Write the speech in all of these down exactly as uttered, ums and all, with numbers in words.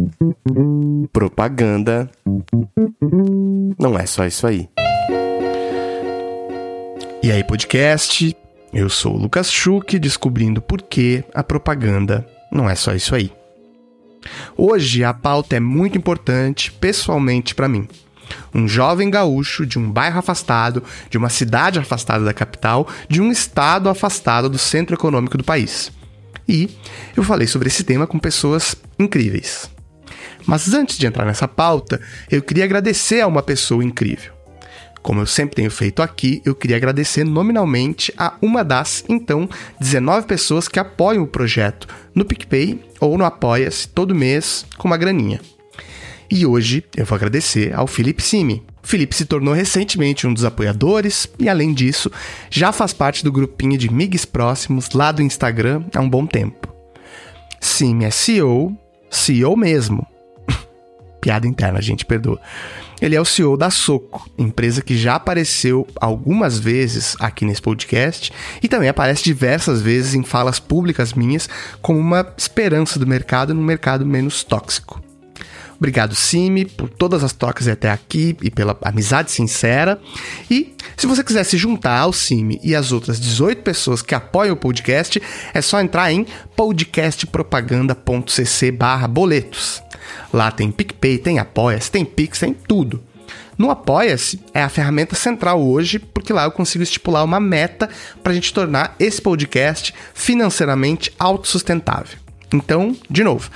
Propaganda não é só isso aí. E aí, podcast? Eu sou o Lucas Schuch, descobrindo por que a propaganda não é só isso aí. Hoje a pauta é muito importante pessoalmente para mim. Um jovem gaúcho de um bairro afastado, de uma cidade afastada da capital, de um estado afastado do centro econômico do país. E eu falei sobre esse tema com pessoas incríveis. Mas antes de entrar nessa pauta, eu queria agradecer a uma pessoa incrível. Como eu sempre tenho feito aqui, eu queria agradecer nominalmente a uma das, então, dezenove pessoas que apoiam o projeto no PicPay ou no Apoia-se todo mês com uma graninha. E hoje eu vou agradecer ao Felipe Simi. O Felipe se tornou recentemente um dos apoiadores e, além disso, já faz parte do grupinho de migs próximos lá do Instagram há um bom tempo. Simi é C E O, C E O mesmo. Piada interna, gente, perdoa. Ele é o C E O da Soco, empresa que já apareceu algumas vezes aqui nesse podcast e também aparece diversas vezes em falas públicas minhas como uma esperança do mercado num mercado menos tóxico. Obrigado, Simi, por todas as trocas até aqui e pela amizade sincera. E se você quiser se juntar ao Simi e às outras dezoito pessoas que apoiam o podcast, é só entrar em podcastpropaganda.cc barra boletos. Lá tem PicPay, tem Apoia-se, tem Pix, tem tudo. No Apoia-se é a ferramenta central hoje, porque lá eu consigo estipular uma meta para a gente tornar esse podcast financeiramente autossustentável. Então, de novo,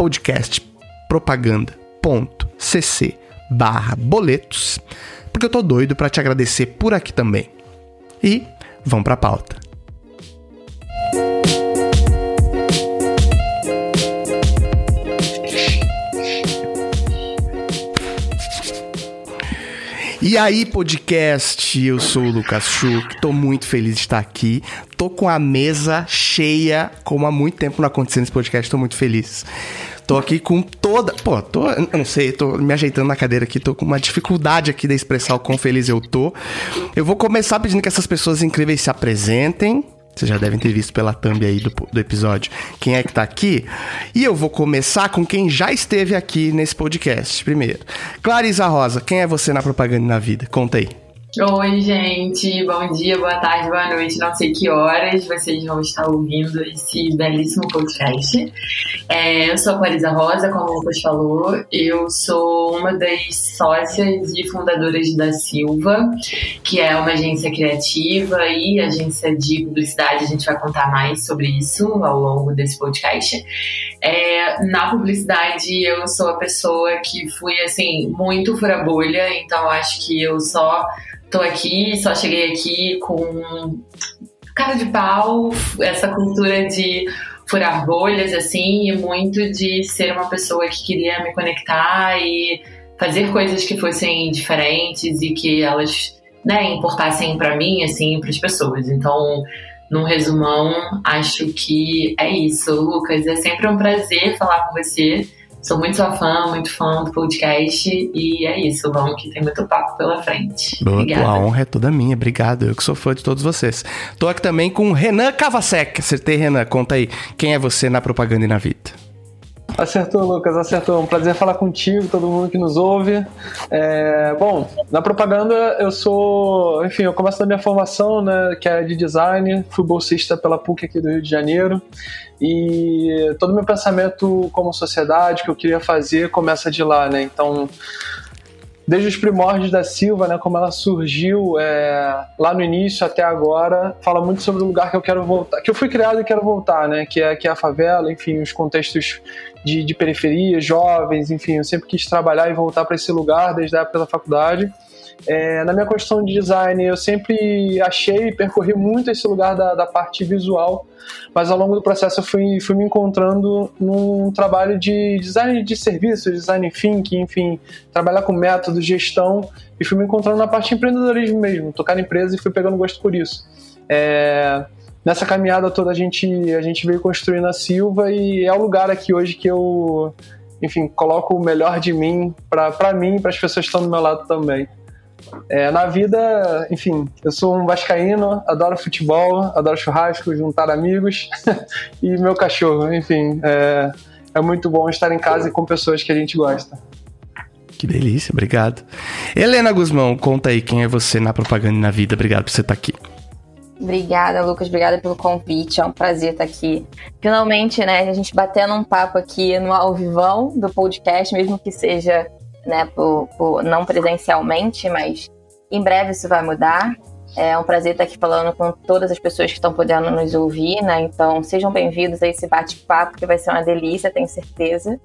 podcastpropaganda.cc barra boletos, porque eu tô doido para te agradecer por aqui também. E vamos para a pauta. E aí, podcast, eu sou o Lucas Schuch, tô muito feliz de estar aqui, tô com a mesa cheia, como há muito tempo não aconteceu nesse podcast, tô muito feliz. Tô aqui com toda... Pô, tô... Eu não sei, tô me ajeitando na cadeira aqui, tô com uma dificuldade aqui de expressar o quão feliz eu tô. Eu vou começar pedindo que essas pessoas incríveis se apresentem. Vocês já devem ter visto pela thumb aí do, do episódio quem é que tá aqui. E eu vou começar com quem já esteve aqui nesse podcast primeiro. Clarisa Rosa, quem é você na propaganda e na vida? Conta aí. Oi, gente. Bom dia, boa tarde, boa noite. Não sei que horas vocês vão estar ouvindo esse belíssimo podcast. É, eu sou a Clarisa Rosa, como o Lucas falou. Eu sou uma das sócias e fundadoras da Silva, que é uma agência criativa e agência de publicidade. A gente vai contar mais sobre isso ao longo desse podcast. É, na publicidade, eu sou a pessoa que fui, assim, muito fura-bolha. Então, acho que eu só... tô aqui, só cheguei aqui com cara de pau, essa cultura de furar bolhas, assim, e muito de ser uma pessoa que queria me conectar e fazer coisas que fossem diferentes e que elas, né, importassem pra mim, assim, pras pessoas. Então, num resumão, acho que é isso. Lucas, é sempre um prazer falar com você. Sou muito sua fã, muito fã do podcast e é isso, vamos que tem muito papo pela frente. Boa, Obrigada. A honra é toda minha, obrigado, eu que sou fã de todos vocês. Tô aqui também com Renan Cavasek, acertei, Renan, conta aí, quem é você na propaganda e na vida? Acertou, Lucas, acertou. Um prazer falar contigo, todo mundo que nos ouve. É, bom, na propaganda eu sou... Enfim, eu começo da minha formação, né, que é de design. Fui bolsista pela P U C aqui do Rio de Janeiro. E todo o meu pensamento como sociedade, que eu queria fazer, começa de lá, né? Então... Desde os primórdios da Silva, né, como ela surgiu é, lá no início até agora, fala muito sobre o lugar que eu quero voltar, que eu fui criado e quero voltar, né, que é, que é a favela, enfim, os contextos de, de periferia, jovens, enfim, eu sempre quis trabalhar e voltar para esse lugar desde a época da faculdade. É, na minha construção de design, eu sempre achei e percorri muito esse lugar da, da parte visual, mas ao longo do processo eu fui, fui me encontrando num trabalho de design de serviços, design thinking, enfim, trabalhar com método, gestão, e fui me encontrando na parte de empreendedorismo mesmo, tocar na empresa e fui pegando gosto por isso. É, nessa caminhada toda a gente, a gente veio construindo a Silva e é o lugar aqui hoje que eu, enfim, coloco o melhor de mim para mim e para as pessoas que estão do meu lado também. É, na vida, enfim, eu sou um vascaíno, adoro futebol, adoro churrasco, juntar amigos e meu cachorro, enfim, é, é muito bom estar em casa e com pessoas que a gente gosta. Que delícia, obrigado. Helena Guzmão, conta aí quem é você na propaganda e na vida. Obrigado por você estar aqui. Obrigada, Lucas. Obrigada pelo convite. É um prazer estar aqui. Finalmente, né, a gente batendo um papo aqui no ao vivão do podcast, mesmo que seja, né, por, por, não presencialmente, mas em breve isso vai mudar. É um prazer estar aqui falando com todas as pessoas que estão podendo nos ouvir, né? Então, sejam bem-vindos a esse bate-papo, que vai ser uma delícia, tenho certeza.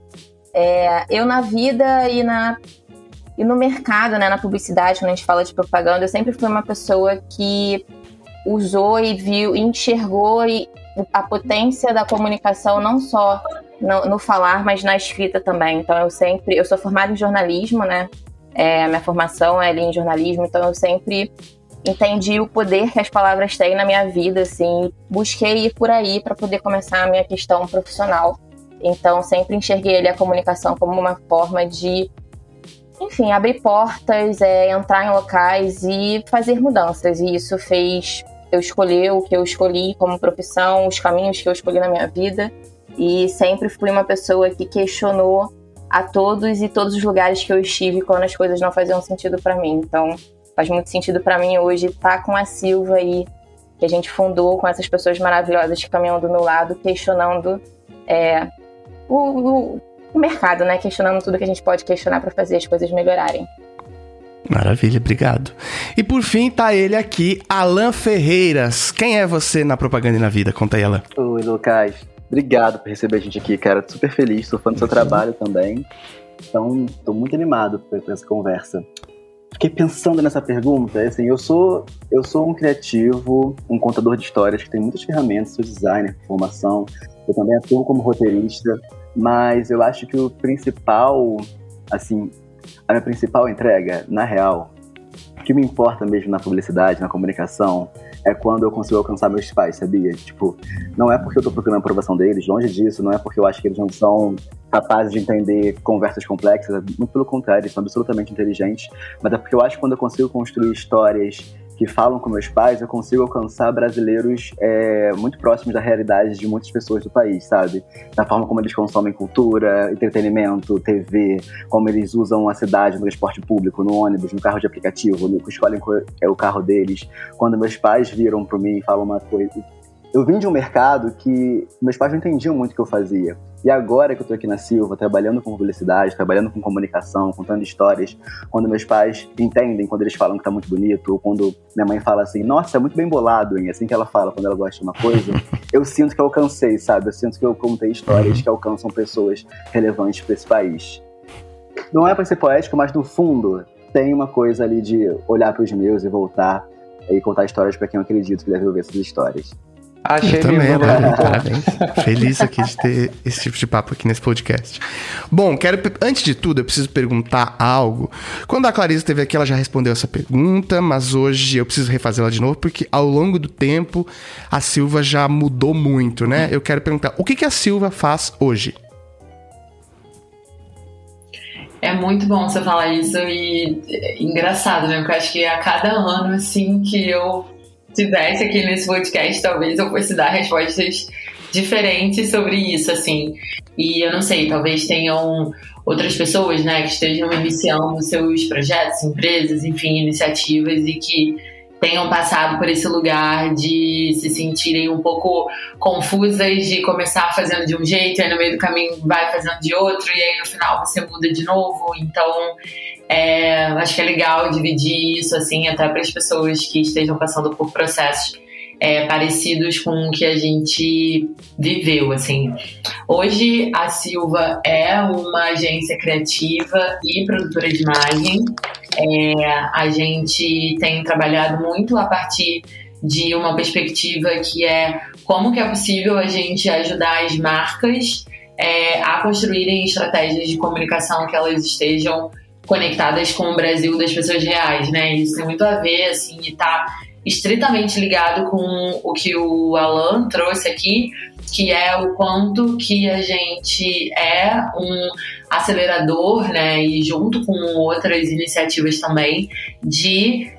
É, eu na vida e, na, e no mercado, né, na publicidade, quando a gente fala de propaganda, eu sempre fui uma pessoa que usou e viu, enxergou e a potência da comunicação não só no, no falar, mas na escrita também. Então eu sempre, eu sou formada em jornalismo, né? É, a minha formação é ali em jornalismo, então eu sempre entendi o poder que as palavras têm na minha vida, assim, busquei ir por aí para poder começar a minha questão profissional. Então, sempre enxerguei ali a comunicação como uma forma de, enfim, abrir portas, é, entrar em locais e fazer mudanças. E isso fez eu escolher o que eu escolhi como profissão, os caminhos que eu escolhi na minha vida. E sempre fui uma pessoa que questionou a todos e todos os lugares que eu estive quando as coisas não faziam sentido para mim. Então, faz muito sentido para mim hoje estar com a Silva aí, que a gente fundou com essas pessoas maravilhosas que caminham do meu lado, questionando... É, O, o, o mercado, né? Questionando tudo que a gente pode questionar para fazer as coisas melhorarem. Maravilha, obrigado. E por fim, tá ele aqui, Alan Ferreiras. Quem é você na propaganda e na vida? Conta aí, Alan. Oi, Lucas. Obrigado por receber a gente aqui, cara. Tô super feliz, tô fã do seu trabalho também. Então, tô muito animado por essa conversa. Fiquei pensando nessa pergunta, assim, eu sou, eu sou um criativo, um contador de histórias que tem muitas ferramentas, sou designer, formação. Eu também atuo como roteirista, mas eu acho que o principal, assim, a minha principal entrega, na real, o que me importa mesmo na publicidade, na comunicação, é quando eu consigo alcançar meus pais, sabia? Tipo, não é porque eu tô procurando a aprovação deles, longe disso, não é porque eu acho que eles não são capazes de entender conversas complexas, muito pelo contrário, eles são absolutamente inteligentes, mas é porque eu acho que quando eu consigo construir histórias que falam com meus pais, eu consigo alcançar brasileiros é, muito próximos da realidade de muitas pessoas do país, sabe? Da forma como eles consomem cultura, entretenimento, T V, como eles usam a cidade no transporte público, no ônibus, no carro de aplicativo, no, escolhem qual é o carro deles. Quando meus pais viram para mim e falam uma coisa... Eu vim de um mercado que meus pais não entendiam muito o que eu fazia. E agora que eu tô aqui na Silva, trabalhando com publicidade, trabalhando com comunicação, contando histórias, quando meus pais entendem, quando eles falam que tá muito bonito, ou quando minha mãe fala assim, nossa, é muito bem bolado, hein? Assim que ela fala quando ela gosta de uma coisa, eu sinto que eu alcancei, sabe? Eu sinto que eu contei histórias que alcançam pessoas relevantes para esse país. Não é para ser poético, mas no fundo tem uma coisa ali de olhar para os meus e voltar e contar histórias para quem eu acredito que deve ouvir essas histórias. Achei eu também, lindo, né? Parabéns. Feliz aqui de ter esse tipo de papo aqui nesse podcast. Bom, quero, antes de tudo, eu preciso perguntar algo. Quando a Clarisa esteve aqui, ela já respondeu essa pergunta, mas hoje eu preciso refazê-la de novo, porque ao longo do tempo a Silva já mudou muito, né? Eu quero perguntar, o que, que a Silva faz hoje? É muito bom você falar isso e é engraçado, né? Porque eu acho que a cada ano, assim, que eu tivesse aqui nesse podcast, talvez eu fosse dar respostas diferentes sobre isso, assim. E eu não sei, talvez tenham outras pessoas, né, que estejam iniciando seus projetos, empresas, enfim, iniciativas e que tenham passado por esse lugar de se sentirem um pouco confusas, de começar fazendo de um jeito e aí no meio do caminho vai fazendo de outro e aí no final você muda de novo. Então, é, acho que é legal dividir isso, assim, até para as pessoas que estejam passando por processos é, parecidos com o que a gente viveu, assim. Hoje, a Silva é uma agência criativa e produtora de imagem. É, a gente tem trabalhado muito a partir de uma perspectiva que é como que é possível a gente ajudar as marcas é, a construírem estratégias de comunicação que elas estejam conectadas com o Brasil das pessoas reais, né? Isso tem muito a ver, assim, e tá estritamente ligado com o que o Alan trouxe aqui, que é o quanto que a gente é um acelerador, né, e junto com outras iniciativas também, de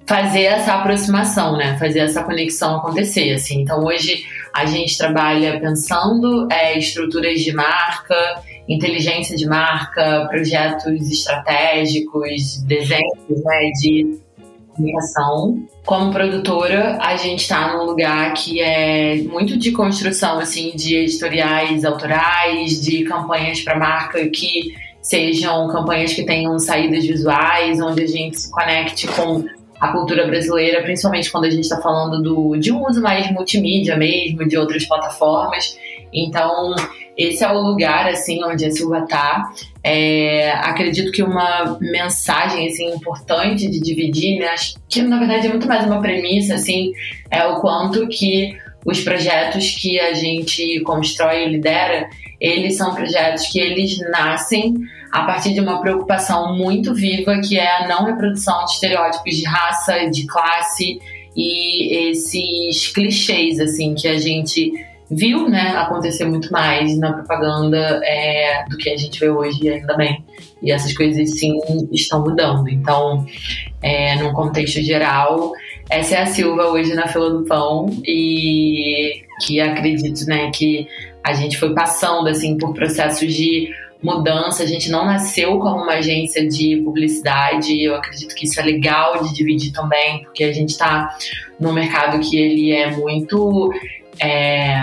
fazer essa aproximação, né? Fazer essa conexão acontecer, assim. Então, hoje a gente trabalha pensando é, estruturas de marca, inteligência de marca, projetos estratégicos, desenhos, né, de comunicação. Como produtora, a gente está num lugar que é muito de construção, assim, de editoriais autorais, de campanhas para marca que sejam campanhas que tenham saídas visuais, onde a gente se conecte com a cultura brasileira, principalmente quando a gente está falando do, de um uso mais multimídia mesmo, de outras plataformas. Então, esse é o lugar, assim, onde a Silva está. É, acredito que uma mensagem, assim, importante de dividir, né? Acho que, na verdade, é muito mais uma premissa, assim, é o quanto que os projetos que a gente constrói e lidera, eles são projetos que eles nascem a partir de uma preocupação muito viva, que é a não reprodução de estereótipos de raça, de classe e esses clichês, assim, que a gente viu, né, acontecer muito mais na propaganda é, do que a gente vê hoje, ainda bem. E essas coisas, sim, estão mudando. Então, é, num contexto geral, essa é a Silva hoje na fila do pão e que acredito, né, que a gente foi passando, assim, por processos de mudança. A gente não nasceu como uma agência de publicidade. Eu acredito que isso é legal de dividir também, porque a gente está num mercado que ele é muito... É,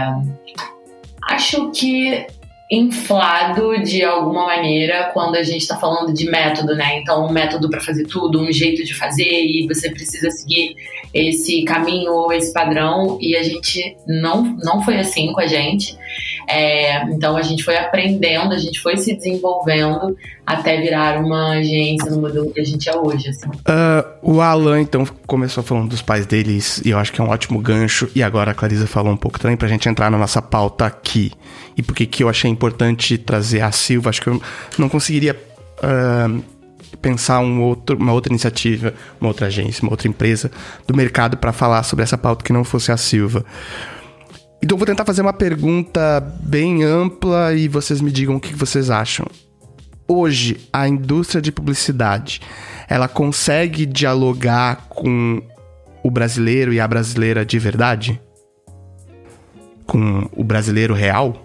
acho que inflado de alguma maneira quando a gente está falando de método, né? Então, um método para fazer tudo, um jeito de fazer, e você precisa seguir esse caminho ou esse padrão, e a gente não, não foi assim com a gente. É, então, a gente foi aprendendo, a gente foi se desenvolvendo até virar uma agência no modelo que a gente é hoje. Assim. Uh, o Alan, então, começou falando dos pais deles, e eu acho que é um ótimo gancho, e agora a Clarisa falou um pouco também pra gente entrar na nossa pauta aqui. E por que que eu achei importante trazer a Silva? Acho que eu não conseguiria uh, pensar um outro, uma outra iniciativa, uma outra agência, uma outra empresa do mercado para falar sobre essa pauta que não fosse a Silva. Então eu vou tentar fazer uma pergunta bem ampla e vocês me digam o que vocês acham. Hoje, a indústria de publicidade, ela consegue dialogar com o brasileiro e a brasileira de verdade? Com o brasileiro real?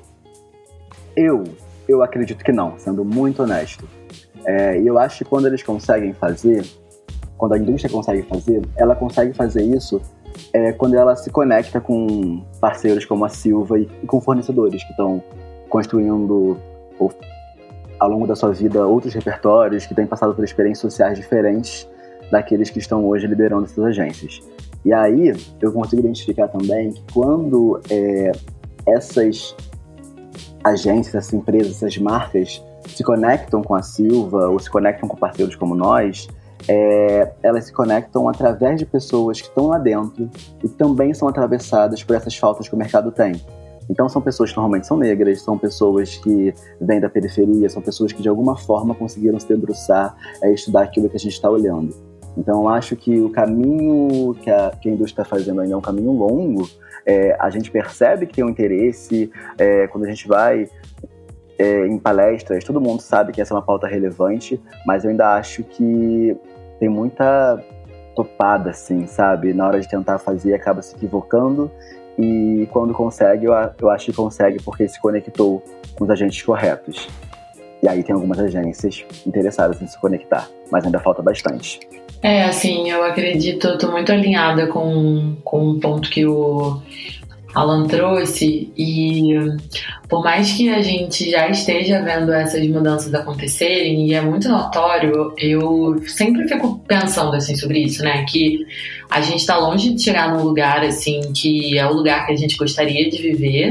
Eu, eu acredito que não, sendo muito honesto. É, e eu acho que quando eles conseguem fazer, quando a indústria consegue fazer, ela consegue fazer isso é, quando ela se conecta com parceiros como a Silva e, e com fornecedores que estão construindo ou, ao longo da sua vida outros repertórios, que têm passado por experiências sociais diferentes daqueles que estão hoje liderando essas agências. E aí eu consigo identificar também que quando é, essas agências, essas empresas, essas marcas se conectam com a Silva ou se conectam com parceiros como nós, é, elas se conectam através de pessoas que estão lá dentro e também são atravessadas por essas faltas que o mercado tem. Então são pessoas que normalmente são negras, são pessoas que vêm da periferia, são pessoas que de alguma forma conseguiram se debruçar a estudar aquilo que a gente está olhando. Então eu acho que o caminho que a, que a indústria está fazendo ainda é um caminho longo. É, a gente percebe que tem um interesse, é, quando a gente vai é, em palestras, todo mundo sabe que essa é uma pauta relevante, mas eu ainda acho que tem muita topada, assim, sabe? Na hora de tentar fazer, acaba se equivocando, e quando consegue, eu, eu acho que consegue porque se conectou com os agentes corretos. E aí tem algumas agências interessadas em se conectar, mas ainda falta bastante. É, assim, eu acredito, eu tô muito alinhada com, com o ponto que o Alan trouxe, e por mais que a gente já esteja vendo essas mudanças acontecerem, e é muito notório, eu sempre fico pensando, assim, sobre isso, né, que a gente tá longe de chegar num lugar, assim, que é o lugar que a gente gostaria de viver,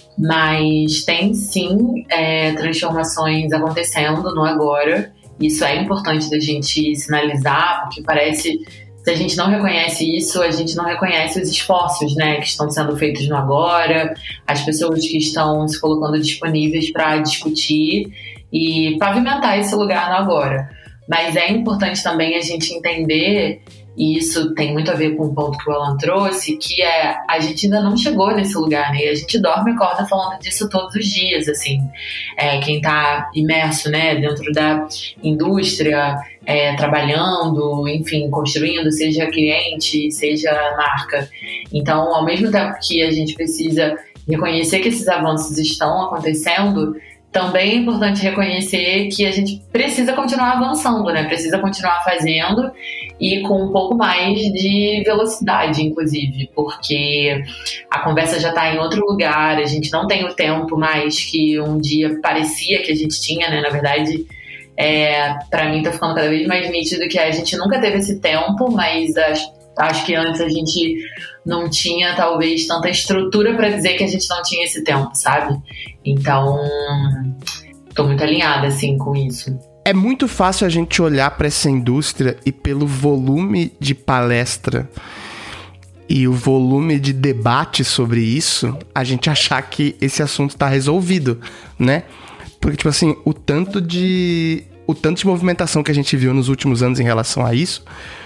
mas tem, sim, é, transformações acontecendo no agora. Isso é importante da gente sinalizar, porque parece, se a gente não reconhece isso, a gente não reconhece os esforços, né, que estão sendo feitos no agora, as pessoas que estão se colocando disponíveis para discutir e pavimentar esse lugar no agora. Mas é importante também a gente entender e isso tem muito a ver com o ponto que o Alan trouxe, que é, a gente ainda não chegou nesse lugar, né? E a gente dorme e acorda falando disso todos os dias, assim. É, quem tá imerso, né, dentro da indústria, é, trabalhando, enfim, construindo, seja cliente, seja marca. Então, ao mesmo tempo que a gente precisa reconhecer que esses avanços estão acontecendo, também é importante reconhecer que a gente precisa continuar avançando, né? Precisa continuar fazendo e com um pouco mais de velocidade, inclusive, porque a conversa já está em outro lugar, a gente não tem o tempo mais que um dia parecia que a gente tinha, né? Na verdade, é, para mim tá ficando cada vez mais nítido que a gente nunca teve esse tempo, mas acho, acho que antes a gente não tinha, talvez, tanta estrutura para dizer que a gente não tinha esse tempo, sabe? Então, tô muito alinhada, assim, com isso. É muito fácil a gente olhar para essa indústria e pelo volume de palestra e o volume de debate sobre isso, a gente achar que esse assunto tá resolvido, né? Porque, tipo assim, o tanto de, o tanto de movimentação que a gente viu nos últimos anos em relação a isso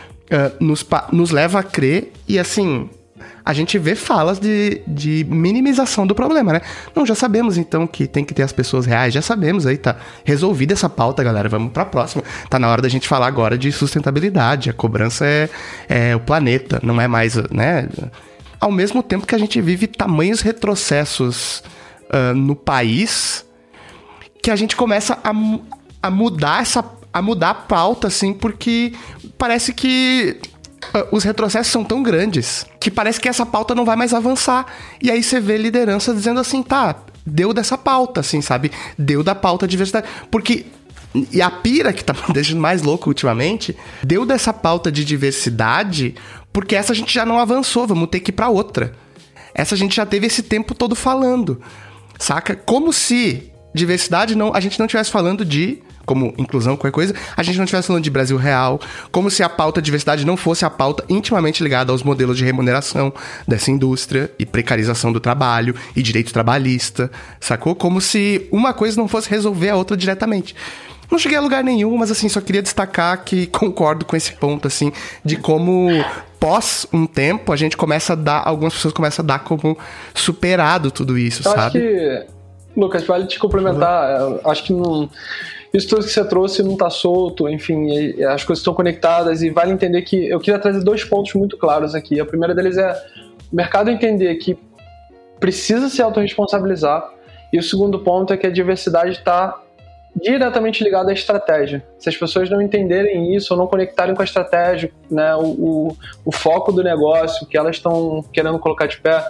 uh, nos, nos leva a crer e, assim, a gente vê falas de, de minimização do problema, né? Não, já sabemos, então, que tem que ter as pessoas reais, já sabemos aí, tá resolvida essa pauta, galera, vamos pra próxima. Tá na hora da gente falar agora de sustentabilidade, a cobrança é, é o planeta, não é mais, né? Ao mesmo tempo que a gente vive tamanhos retrocessos uh, no país, que a gente começa a, a mudar essa, a mudar a pauta, assim, porque parece que os retrocessos são tão grandes que parece que essa pauta não vai mais avançar. E aí você vê liderança dizendo assim, tá, deu dessa pauta, assim, sabe? Deu da pauta diversidade. Porque, e a pira que tá me deixando mais louco ultimamente, deu dessa pauta de diversidade porque essa a gente já não avançou, vamos ter que ir pra outra. Essa a gente já teve esse tempo todo falando, saca? Como se diversidade não, a gente não estivesse falando de, como inclusão, qualquer coisa, a gente não estivesse falando de Brasil real, como se a pauta diversidade não fosse a pauta intimamente ligada aos modelos de remuneração dessa indústria e precarização do trabalho e direito trabalhista, sacou? Como se uma coisa não fosse resolver a outra diretamente. Não cheguei a lugar nenhum, mas assim, só queria destacar que concordo com esse ponto, assim, de como pós um tempo a gente começa a dar, algumas pessoas começam a dar como superado tudo isso, Eu sabe? acho que, Lucas, vale te complementar, uhum. Acho que não... Isso tudo que você trouxe não está solto, enfim, as coisas estão conectadas e vale entender que... Eu queria trazer dois pontos muito claros aqui. A primeira deles é o mercado entender que precisa se autorresponsabilizar e o segundo ponto é que a diversidade está diretamente ligada à estratégia. Se as pessoas não entenderem isso ou não conectarem com a estratégia, né, o, o, o foco do negócio, que elas estão querendo colocar de pé,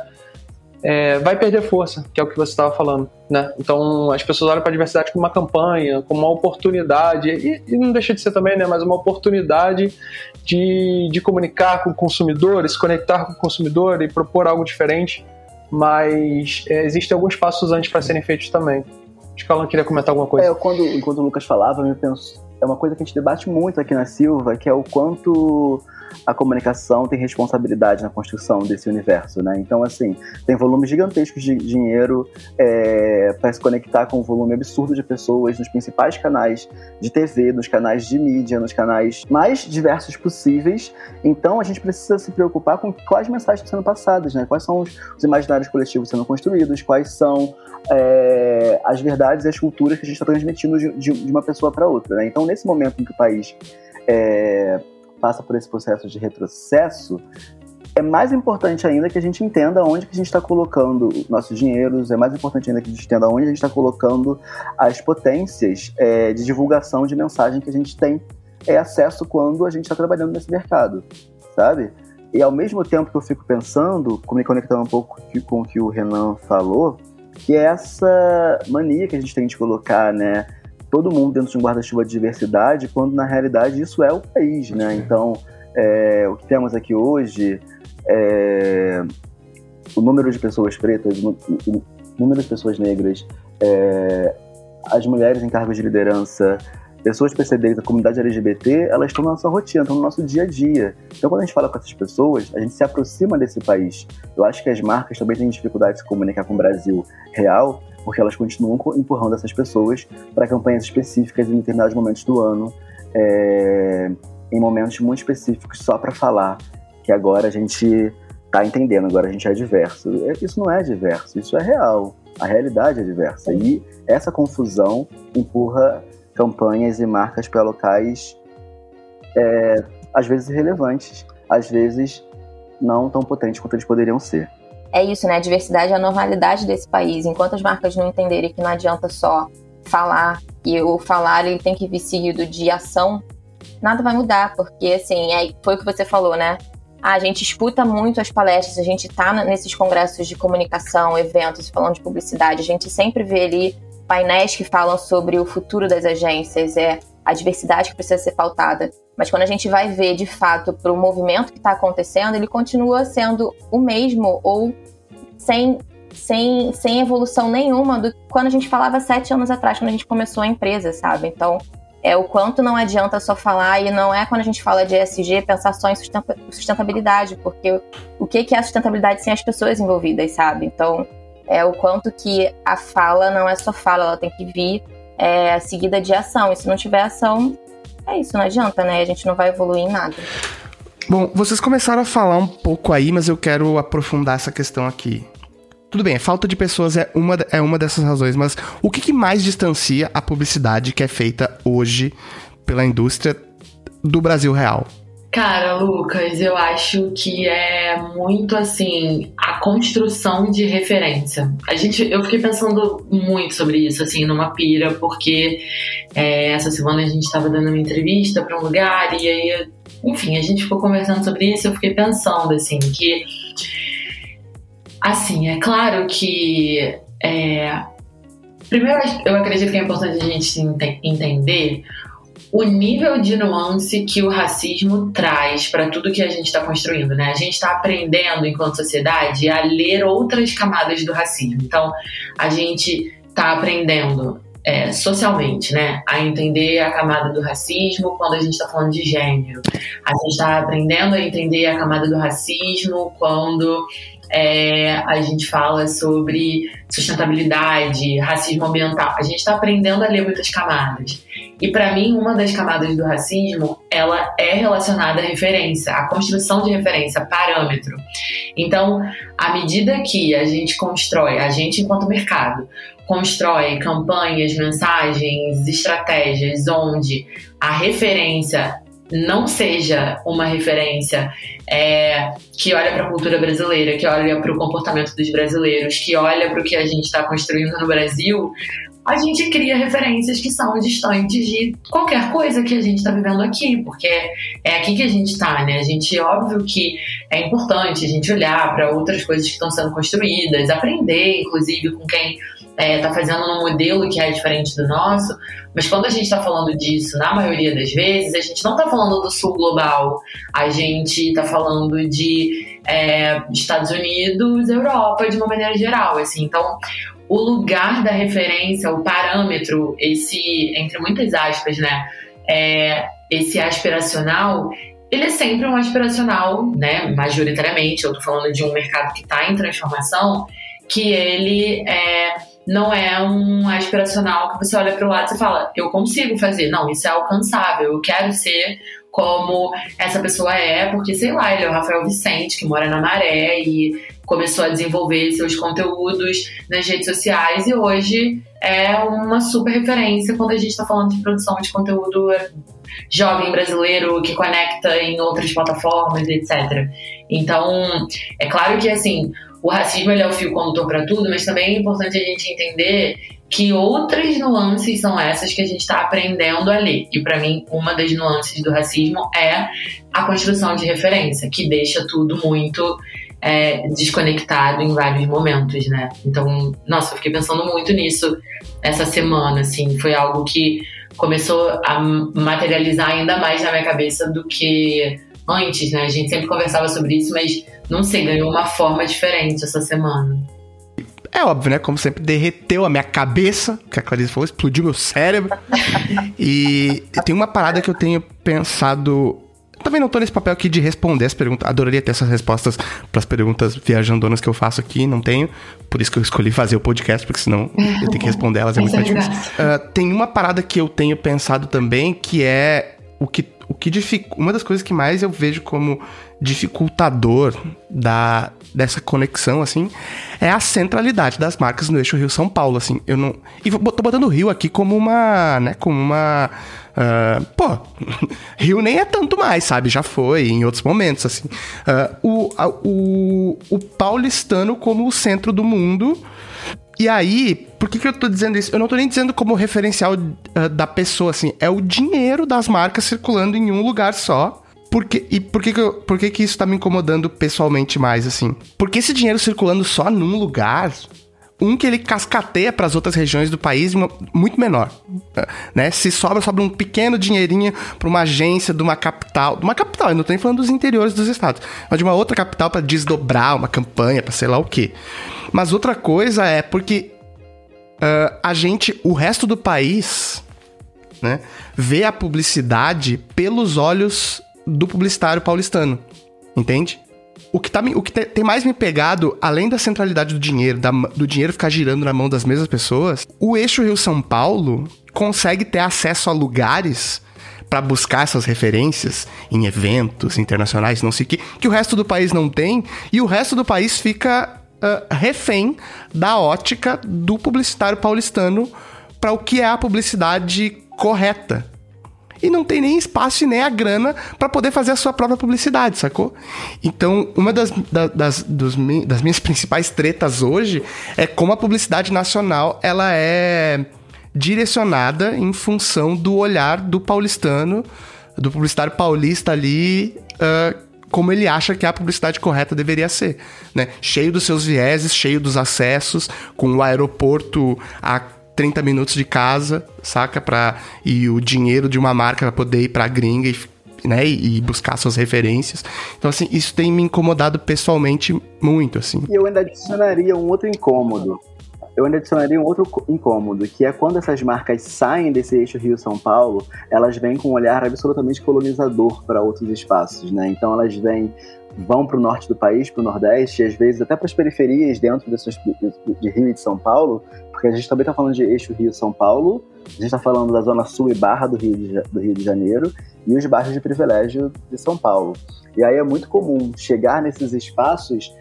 É, vai perder força, que é o que você estava falando, né? Então as pessoas olham para a diversidade como uma campanha, como uma oportunidade, e, e não deixa de ser também, né? Mas uma oportunidade de, de comunicar com o consumidor, se conectar com o consumidor e propor algo diferente, mas é, existem alguns passos antes para serem feitos também. Acho que o Alan queria comentar alguma coisa. É, quando, enquanto o Lucas falava, eu penso, é uma coisa que a gente debate muito aqui na Silva, que é o quanto a comunicação tem responsabilidade na construção desse universo, né? Então, assim, tem volumes gigantescos de dinheiro é, para se conectar com um volume absurdo de pessoas nos principais canais de T V, nos canais de mídia, nos canais mais diversos possíveis. Então, a gente precisa se preocupar com quais mensagens estão sendo passadas, né? Quais são os, os imaginários coletivos sendo construídos, quais são é, as verdades e as culturas que a gente está transmitindo de, de, de uma pessoa para outra, né? Então, nesse momento em que o país é, passa por esse processo de retrocesso, é mais importante ainda que a gente entenda onde que a gente está colocando nossos dinheiros, é mais importante ainda que a gente entenda onde a gente está colocando as potências é, de divulgação de mensagem que a gente tem é, acesso quando a gente está trabalhando nesse mercado, sabe? E ao mesmo tempo que eu fico pensando, me conectando um pouco com o que o Renan falou, que é essa mania que a gente tem de colocar, né, todo mundo dentro de um guarda-chuva de diversidade, quando na realidade isso é o país, né? Então, é, o que temos aqui hoje é o número de pessoas pretas, o número de pessoas negras, é, as mulheres em cargos de liderança, pessoas P C Ds, a comunidade L G B T, elas estão na nossa rotina, estão no nosso dia a dia. Então, quando a gente fala com essas pessoas, a gente se aproxima desse país. Eu acho que as marcas também têm dificuldade de se comunicar com o Brasil real, porque elas continuam empurrando essas pessoas para campanhas específicas em determinados momentos do ano. É... em momentos muito específicos só para falar que agora a gente tá entendendo, agora a gente é diverso. Isso não é diverso, isso é real. A realidade é diversa. E essa confusão empurra campanhas e marcas para locais, é, às vezes irrelevantes, às vezes não tão potentes quanto eles poderiam ser. É isso, né? A diversidade é a normalidade desse país. Enquanto as marcas não entenderem que não adianta só falar, e o falar ele tem que vir seguido de ação, nada vai mudar, porque assim, é, foi o que você falou, né? A gente escuta muito as palestras, a gente tá nesses congressos de comunicação, eventos, falando de publicidade, a gente sempre vê ali painéis que falam sobre o futuro das agências, é a diversidade que precisa ser pautada. Mas quando a gente vai ver, de fato, para o movimento que está acontecendo, ele continua sendo o mesmo ou sem, sem, sem evolução nenhuma do que quando a gente falava sete anos atrás, quando a gente começou a empresa, sabe? Então, é o quanto não adianta só falar, e não é quando a gente fala de E S G pensar só em sustentabilidade, porque o que é sustentabilidade sem as pessoas envolvidas, sabe? Então, é o quanto que a fala não é só fala, ela tem que vir é, seguida de ação, e se não tiver ação, é isso, não adianta, né? A gente não vai evoluir em nada. Bom, vocês começaram a falar um pouco aí, mas eu quero aprofundar essa questão aqui. Tudo bem, a falta de pessoas é uma, é uma dessas razões, mas o que, que mais distancia a publicidade que é feita hoje pela indústria do Brasil real? Cara, Lucas, eu acho que é muito, assim, a construção de referência. A gente, eu fiquei pensando muito sobre isso, assim, numa pira, porque é, essa semana a gente estava dando uma entrevista para um lugar e aí, enfim, a gente ficou conversando sobre isso e eu fiquei pensando, assim, que, assim, é claro que, é, primeiro, eu acredito que é importante a gente entender o nível de nuance que o racismo traz para tudo que a gente está construindo, né? A gente está aprendendo, enquanto sociedade, a ler outras camadas do racismo. Então, a gente está aprendendo é, socialmente, né, a entender a camada do racismo quando a gente está falando de gênero. A gente está aprendendo a entender a camada do racismo quando é, a gente fala sobre sustentabilidade, racismo ambiental. A gente está aprendendo a ler muitas camadas. E para mim, uma das camadas do racismo, ela é relacionada à referência, à construção de referência, parâmetro. Então, à medida que a gente constrói, a gente enquanto mercado, constrói campanhas, mensagens, estratégias onde a referência não seja uma referência é, que olha para a cultura brasileira, que olha para o comportamento dos brasileiros, que olha para o que a gente está construindo no Brasil, a gente cria referências que são distantes de qualquer coisa que a gente está vivendo aqui, porque é aqui que a gente está, né? A gente, óbvio que é importante a gente olhar para outras coisas que estão sendo construídas, aprender, inclusive, com quem está é, fazendo um modelo que é diferente do nosso, mas quando a gente está falando disso, na maioria das vezes, a gente não está falando do sul global, a gente está falando de é, Estados Unidos, Europa, de uma maneira geral, assim. Então, o lugar da referência, o parâmetro, esse, entre muitas aspas, né, é, esse aspiracional, ele é sempre um aspiracional, né, majoritariamente, eu tô falando de um mercado que está em transformação, que ele é, não é um aspiracional que você olha para o lado e fala, eu consigo fazer. Não, isso é alcançável, eu quero ser como essa pessoa é, porque, sei lá, ele é o Rafael Vicente, que mora na Maré e começou a desenvolver seus conteúdos nas redes sociais e hoje é uma super referência quando a gente está falando de produção de conteúdo jovem brasileiro que conecta em outras plataformas, etcétera. Então, é claro que, assim, o racismo ele é o fio condutor para tudo, mas também é importante a gente entender que outras nuances são essas que a gente está aprendendo a ler. E para mim, uma das nuances do racismo é a construção de referência, que deixa tudo muito é, desconectado em vários momentos, né? Então, nossa, eu fiquei pensando muito nisso essa semana, assim, foi algo que começou a materializar ainda mais na minha cabeça do que antes, né? A gente sempre conversava sobre isso, mas não sei, ganhou uma forma diferente essa semana. É óbvio, né? Como sempre, derreteu a minha cabeça, que a Clarice falou, explodiu meu cérebro. E tem uma parada que eu tenho pensado... Também não tô nesse papel aqui de responder as perguntas. Adoraria ter essas respostas pras perguntas viajandonas que eu faço aqui, não tenho. Por isso que eu escolhi fazer o podcast, porque senão eu tenho que responder elas, é muito mais difícil. Uh, tem uma parada que eu tenho pensado também, que é o que... o que dific... uma das coisas que mais eu vejo como dificultador da, dessa conexão, assim, é a centralidade das marcas no eixo Rio-São Paulo, assim. Eu não... E tô botando o Rio aqui como uma, né, como uma... Uh, pô, Rio nem é tanto mais, sabe? Já foi em outros momentos, assim. Uh, o, a, o, o paulistano como o centro do mundo. E aí, por que que eu tô dizendo isso? Eu não tô nem dizendo como referencial uh, da pessoa, assim. É o dinheiro das marcas circulando em um lugar só. Porque, e por, que, que, eu, por que que isso tá me incomodando pessoalmente mais, assim? Porque esse dinheiro circulando só num lugar... Um que ele cascateia para as outras regiões do país uma, muito menor, né? Se sobra, sobra um pequeno dinheirinho para uma agência de uma capital, de uma capital, eu não tô nem falando dos interiores dos estados, mas de uma outra capital para desdobrar uma campanha, para sei lá o quê. Mas outra coisa é porque uh, a gente, o resto do país, né, vê a publicidade pelos olhos do publicitário paulistano, entende? O que, tá, o que tem mais me pegado, além da centralidade do dinheiro, da, do dinheiro ficar girando na mão das mesmas pessoas, o eixo Rio-São Paulo consegue ter acesso a lugares para buscar essas referências em eventos internacionais, não sei o que, que o resto do país não tem, e o resto do país fica uh, refém da ótica do publicitário paulistano para o que é a publicidade correta. E não tem nem espaço e nem a grana para poder fazer a sua própria publicidade, sacou? Então, uma das, da, das, dos, das minhas principais tretas hoje é como a publicidade nacional ela é direcionada em função do olhar do paulistano, do publicitário paulista ali, uh, como ele acha que a publicidade correta deveria ser, né? Cheio dos seus vieses, cheio dos acessos, com o aeroporto a trinta minutos de casa, saca? Pra, e o dinheiro de uma marca pra poder ir pra gringa e, né, e buscar suas referências. Então, assim, isso tem me incomodado pessoalmente muito, assim. E eu ainda adicionaria um outro incômodo. Eu ainda adicionaria um outro incômodo, que é quando essas marcas saem desse eixo Rio-São Paulo, elas vêm com um olhar absolutamente colonizador para outros espaços, né? Então, elas vêm... vão para o norte do país, para o nordeste, e às vezes até para as periferias dentro dessas, de Rio e de São Paulo, porque a gente também está falando de eixo Rio-São Paulo, a gente está falando da zona sul e barra do Rio, de, do Rio de Janeiro, e os bairros de privilégio de São Paulo. E aí é muito comum chegar nesses espaços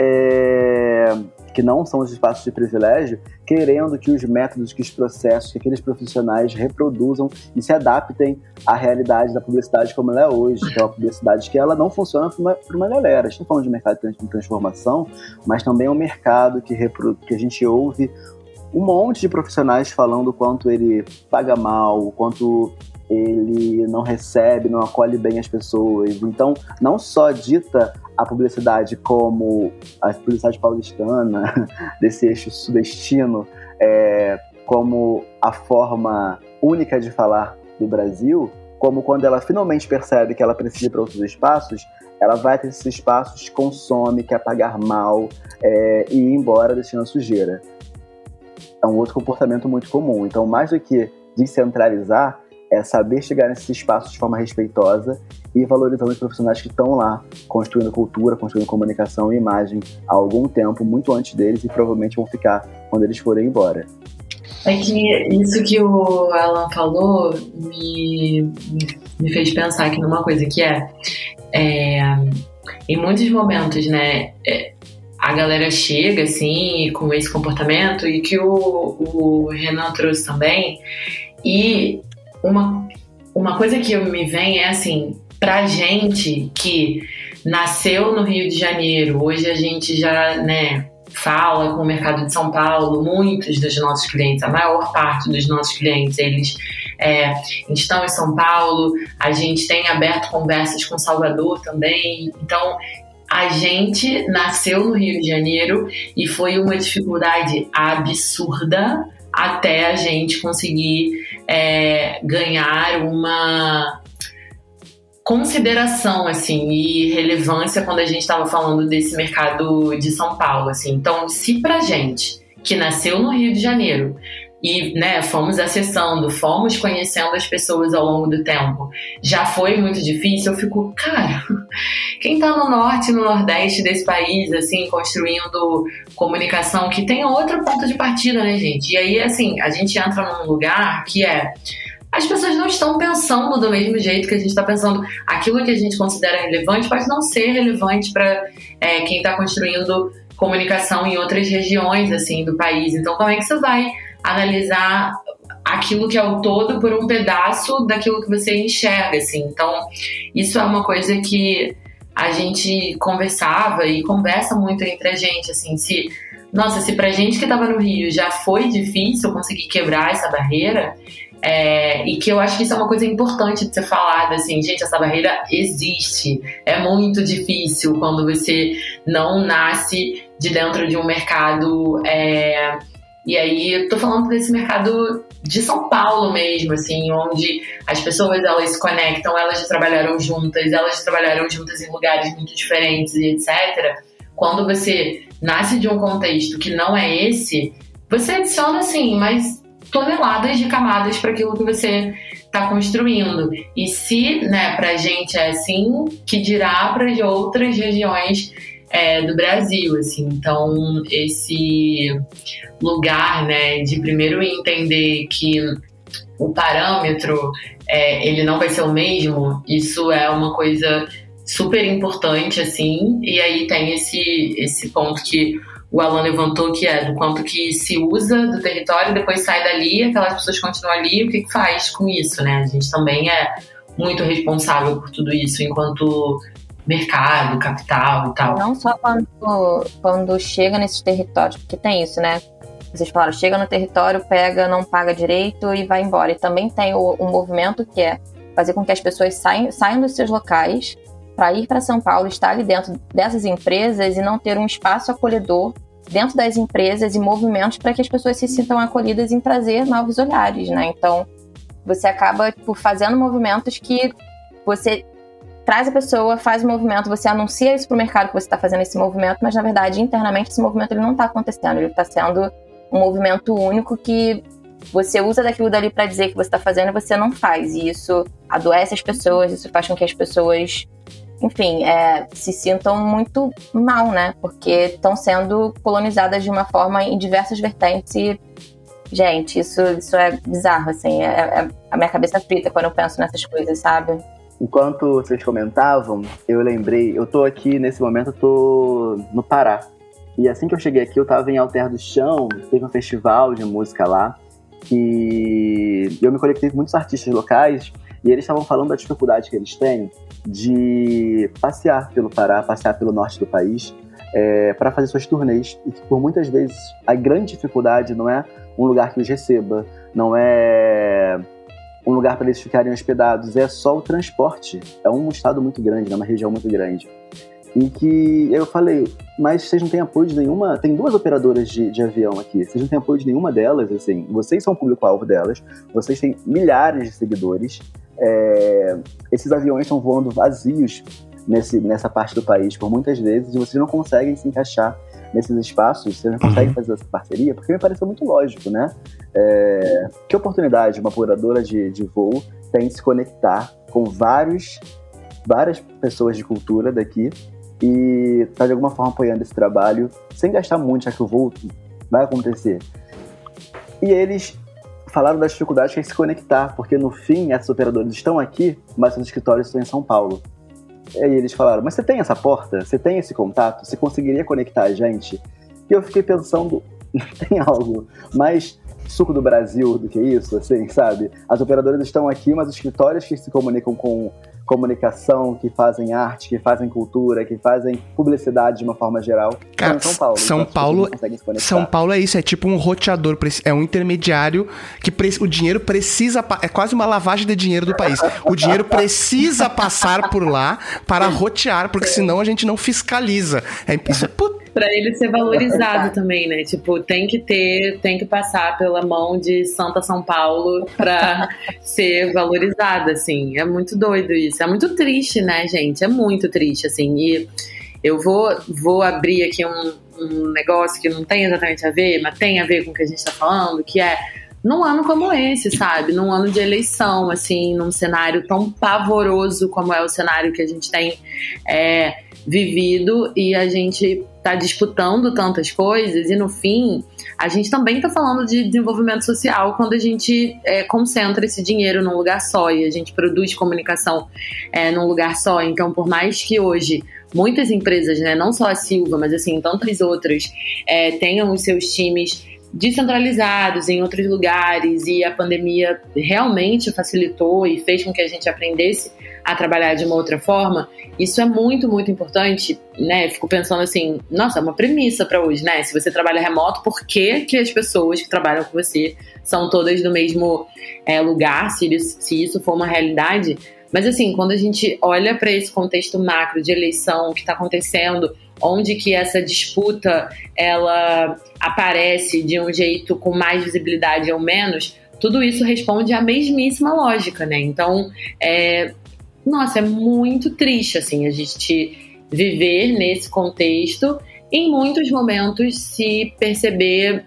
é, que não são os espaços de privilégio, querendo que os métodos, que os processos, que aqueles profissionais reproduzam e se adaptem à realidade da publicidade como ela é hoje, que é uma publicidade que ela não funciona para uma, para uma galera. A gente está falando de mercado de transformação, mas também é um mercado que, repro, que a gente ouve um monte de profissionais falando o quanto ele paga mal, o quanto ele não recebe, não acolhe bem as pessoas. Então, não só dita a publicidade como a publicidade paulistana, desse eixo sudestino, é, como a forma única de falar do Brasil, como quando ela finalmente percebe que ela precisa ir para outros espaços, ela vai ter esses espaços, consome, quer pagar mal é, e ir embora deixando a sujeira. É um outro comportamento muito comum. Então, mais do que descentralizar, é saber chegar nesses espaços de forma respeitosa e valorizando os profissionais que estão lá, construindo cultura, construindo comunicação e imagem há algum tempo, muito antes deles, e provavelmente vão ficar quando eles forem embora. É que isso que o Alan falou me, me fez pensar aqui numa coisa que é, é em muitos momentos, né, é, a galera chega assim com esse comportamento, e que o, o Renan trouxe também, e uma, uma coisa que me vem é assim, pra gente que nasceu no Rio de Janeiro, hoje a gente já, né, fala com o mercado de São Paulo, muitos dos nossos clientes, a maior parte dos nossos clientes, eles é, estão em São Paulo, a gente tem aberto conversas com Salvador também, então a gente nasceu no Rio de Janeiro e foi uma dificuldade absurda até a gente conseguir é, ganhar uma consideração, assim, e relevância quando a gente estava falando desse mercado de São Paulo, assim. Então, se pra gente, que nasceu no Rio de Janeiro, e, né, fomos acessando, fomos conhecendo as pessoas ao longo do tempo, já foi muito difícil, eu fico, cara, quem tá no norte e no nordeste desse país, assim, construindo comunicação, que tem outro ponto de partida, né, gente? E aí, assim, a gente entra num lugar que é as pessoas não estão pensando do mesmo jeito que a gente está pensando. Aquilo que a gente considera relevante pode não ser relevante para é, quem está construindo comunicação em outras regiões assim, do país. Então, como é que você vai analisar aquilo que é o todo por um pedaço daquilo que você enxerga? Assim? Então, isso é uma coisa que a gente conversava e conversa muito entre a gente. Assim, se, nossa, se pra gente que estava no Rio já foi difícil conseguir quebrar essa barreira... É, e que eu acho que isso é uma coisa importante de ser falada, assim, gente, essa barreira existe, é muito difícil quando você não nasce de dentro de um mercado, é, e aí eu tô falando desse mercado de São Paulo mesmo, assim, onde as pessoas, elas se conectam, elas já trabalharam juntas, elas já trabalharam juntas em lugares muito diferentes e etcétera. Quando você nasce de um contexto que não é esse, você adiciona, assim, mas toneladas de camadas para aquilo que você está construindo. E se, né, para a gente é assim, que dirá para as outras regiões é, do Brasil, assim. Então, esse lugar, né, de primeiro entender que o parâmetro é, ele não vai ser o mesmo, isso é uma coisa super importante, assim. E aí tem esse, esse ponto que o Alan levantou, que é do quanto que se usa do território, depois sai dali, aquelas pessoas continuam ali, o que que faz com isso, né? A gente também é muito responsável por tudo isso, enquanto mercado, capital e tal. Não só quando, quando chega nesses territórios, porque tem isso, né? Vocês falaram, chega no território, pega, não paga direito e vai embora. E também tem o, um movimento que é fazer com que as pessoas saiam, saiam dos seus locais para ir para São Paulo, estar ali dentro dessas empresas e não ter um espaço acolhedor dentro das empresas e movimentos para que as pessoas se sintam acolhidas em trazer novos olhares, né? Então, você acaba tipo, fazendo movimentos que você traz a pessoa, faz o movimento, você anuncia isso para o mercado que você está fazendo esse movimento, mas, na verdade, internamente, esse movimento ele não está acontecendo. Ele está sendo um movimento único que você usa daquilo dali para dizer que você está fazendo e você não faz. E isso adoece as pessoas, isso faz com que as pessoas... enfim, é, se sintam muito mal, né? Porque estão sendo colonizadas de uma forma em diversas vertentes e, gente, isso, isso é bizarro, assim, é, é a minha cabeça frita quando eu penso nessas coisas, sabe? Enquanto vocês comentavam, eu lembrei, eu tô aqui, nesse momento, eu tô no Pará. E assim que eu cheguei aqui, eu tava em Alter do Chão, teve um festival de música lá, e eu me conectei com muitos artistas locais, e eles estavam falando da dificuldade que eles têm de passear pelo Pará, passear pelo norte do país, é, para fazer suas turnês. E que por muitas vezes a grande dificuldade não é um lugar que os receba, não é um lugar para eles ficarem hospedados, é só o transporte. É um estado muito grande, é uma região muito grande. E que eu falei, mas vocês não têm apoio de nenhuma... Tem duas operadoras de, de avião aqui, vocês não têm apoio de nenhuma delas, assim, vocês são o público-alvo delas, vocês têm milhares de seguidores, é, esses aviões estão voando vazios nesse, nessa parte do país por muitas vezes e vocês não conseguem se encaixar nesses espaços, vocês não conseguem uhum. fazer essa parceria, porque me pareceu muito lógico, né? É, que oportunidade uma operadora de, de voo tem de se conectar com vários, várias pessoas de cultura daqui e tá de alguma forma apoiando esse trabalho sem gastar muito, já que o voo vai acontecer. E eles falaram das dificuldades que é se conectar, porque no fim essas operadoras estão aqui, mas os escritórios estão em São Paulo. E aí eles falaram, mas você tem essa porta? Você tem esse contato? Você conseguiria conectar a gente? E eu fiquei pensando, tem algo mais suco do Brasil do que isso, assim, sabe? As operadoras estão aqui, mas os escritórios que se comunicam com comunicação, que fazem arte, que fazem cultura, que fazem publicidade de uma forma geral, cara, São Paulo. São então, Paulo, São Paulo é isso, é tipo um roteador, é um intermediário que o dinheiro precisa, é quase uma lavagem de dinheiro do país. O dinheiro precisa passar por lá para rotear, porque senão a gente não fiscaliza. É, isso é puta. Pra ele ser valorizado também, né? Tipo, tem que ter, tem que passar pela mão de Santa São Paulo pra ser valorizado, assim. É muito doido isso. É muito triste, né, gente? É muito triste, assim. E eu vou, vou abrir aqui um, um negócio que não tem exatamente a ver, mas tem a ver com o que a gente tá falando, que é num ano como esse, sabe? Num ano de eleição, assim, num cenário tão pavoroso como é o cenário que a gente tem é, vivido e a gente tá disputando tantas coisas e no fim a gente também tá falando de desenvolvimento social quando a gente é, concentra esse dinheiro num lugar só e a gente produz comunicação é, num lugar só. Então, por mais que hoje muitas empresas, né, não só a Silva, mas assim, tantas outras, é, tenham os seus times descentralizados em outros lugares e a pandemia realmente facilitou e fez com que a gente aprendesse a trabalhar de uma outra forma, isso é muito, muito importante, né? Fico pensando assim, nossa, é uma premissa para hoje, né? Se você trabalha remoto, por que que as pessoas que trabalham com você são todas do mesmo é, lugar, se isso, se isso for uma realidade? Mas assim, quando a gente olha para esse contexto macro de eleição que está acontecendo, onde que essa disputa ela aparece de um jeito com mais visibilidade ou menos, tudo isso responde à mesmíssima lógica, né? Então, é, nossa, é muito triste, assim, a gente viver nesse contexto e em muitos momentos se perceber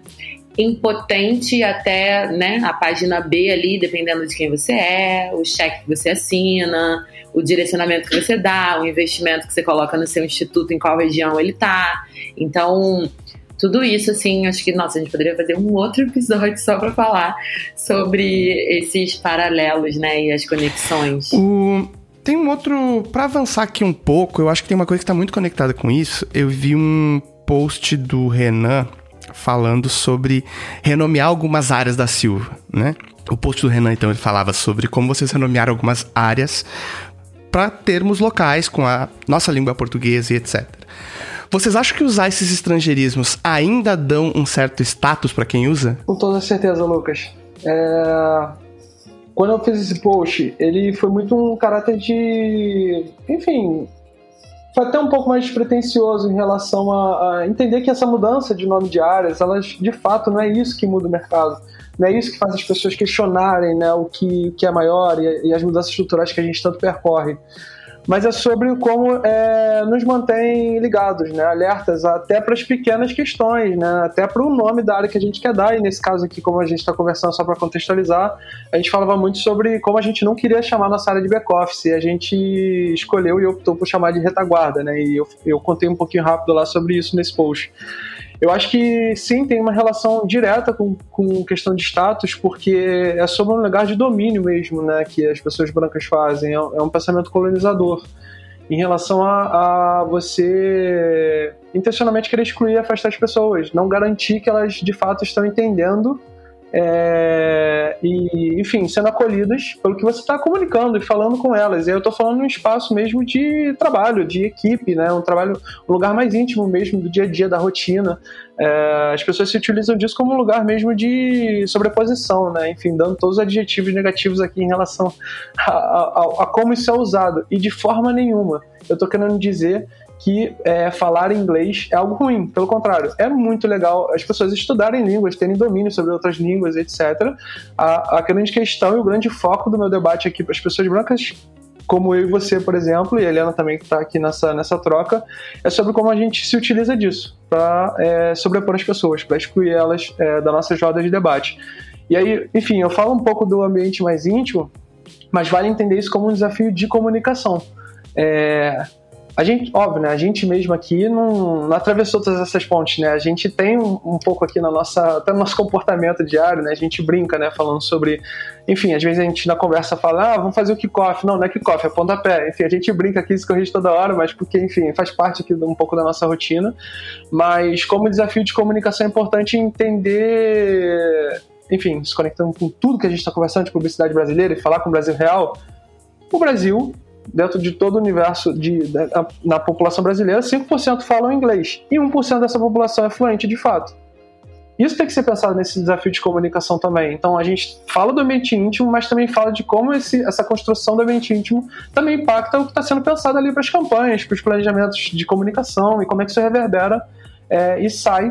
impotente até, né, a página B ali, dependendo de quem você é, o cheque que você assina, o direcionamento que você dá, o investimento que você coloca no seu instituto, em qual região ele tá. Então, tudo isso, assim, acho que, nossa, a gente poderia fazer um outro episódio só para falar sobre esses paralelos, né, e as conexões. O... Tem um outro... Para avançar aqui um pouco, eu acho que tem uma coisa que está muito conectada com isso. Eu vi um post do Renan falando sobre renomear algumas áreas da Silva, né? O post do Renan, então, ele falava sobre como vocês renomearam algumas áreas para termos locais com a nossa língua portuguesa e etcétera. Vocês acham que usar esses estrangeirismos ainda dão um certo status para quem usa? Com toda certeza, Lucas. É... Quando eu fiz esse post, ele foi muito um caráter de... Enfim, foi até um pouco mais despretensioso em relação a, a entender que essa mudança de nome de áreas, elas, de fato, não é isso que muda o mercado. Não é isso que faz as pessoas questionarem, né, o, que, o que é maior e, e as mudanças estruturais que a gente tanto percorre. Mas é sobre como é, nos mantém ligados, né, alertas até para as pequenas questões, né, até para o nome da área que a gente quer dar. E nesse caso aqui, como a gente está conversando só para contextualizar, a gente falava muito sobre como a gente não queria chamar nossa área de back-office, e a gente escolheu e optou por chamar de retaguarda, né, e eu, eu contei um pouquinho rápido lá sobre isso nesse post. Eu acho que sim, tem uma relação direta com, com questão de status, porque é sobre um lugar de domínio mesmo, né, que as pessoas brancas fazem, é um pensamento colonizador em relação a, a você intencionalmente querer excluir e afastar as pessoas, não garantir que elas de fato estão entendendo é, e, enfim, sendo acolhidas pelo que você está comunicando e falando com elas. E aí eu estou falando em um espaço mesmo de trabalho, de equipe, né? Um trabalho, um lugar mais íntimo mesmo do dia a dia, da rotina. É, as pessoas se utilizam disso como um lugar mesmo de sobreposição, né? Enfim, dando todos os adjetivos negativos aqui em relação a, a, a como isso é usado. E de forma nenhuma eu estou querendo dizer que é, falar inglês é algo ruim. Pelo contrário, é muito legal as pessoas estudarem línguas, terem domínio sobre outras línguas, etcétera. A, a grande questão e o grande foco do meu debate aqui para as pessoas brancas, como eu e você, por exemplo, e a Helena também que está aqui nessa, nessa troca, é sobre como a gente se utiliza disso para é, sobrepor as pessoas, para excluir elas é, da nossa roda de debate. E aí, enfim, eu falo um pouco do ambiente mais íntimo, mas vale entender isso como um desafio de comunicação. É... A gente, óbvio, né, a gente mesmo aqui não, não atravessou todas essas pontes, né, a gente tem um, um pouco aqui na nossa, até no nosso comportamento diário, né, a gente brinca, né, falando sobre, enfim, às vezes a gente na conversa fala, ah, vamos fazer o kickoff, não, não é kickoff, é pontapé, enfim, a gente brinca aqui, isso corrige toda hora, mas porque, enfim, faz parte aqui de um pouco da nossa rotina, mas como desafio de comunicação é importante entender, enfim, se conectando com tudo que a gente está conversando de publicidade brasileira e falar com o Brasil real, o Brasil, dentro de todo o universo de, de, na, na população brasileira, cinco por cento falam inglês e um por cento dessa população é fluente de fato. Isso tem que ser pensado nesse desafio de comunicação também. Então a gente fala do ambiente íntimo, mas também fala de como esse, essa construção do ambiente íntimo também impacta o que está sendo pensado ali para as campanhas, para os planejamentos de comunicação e como é que isso reverbera é, e sai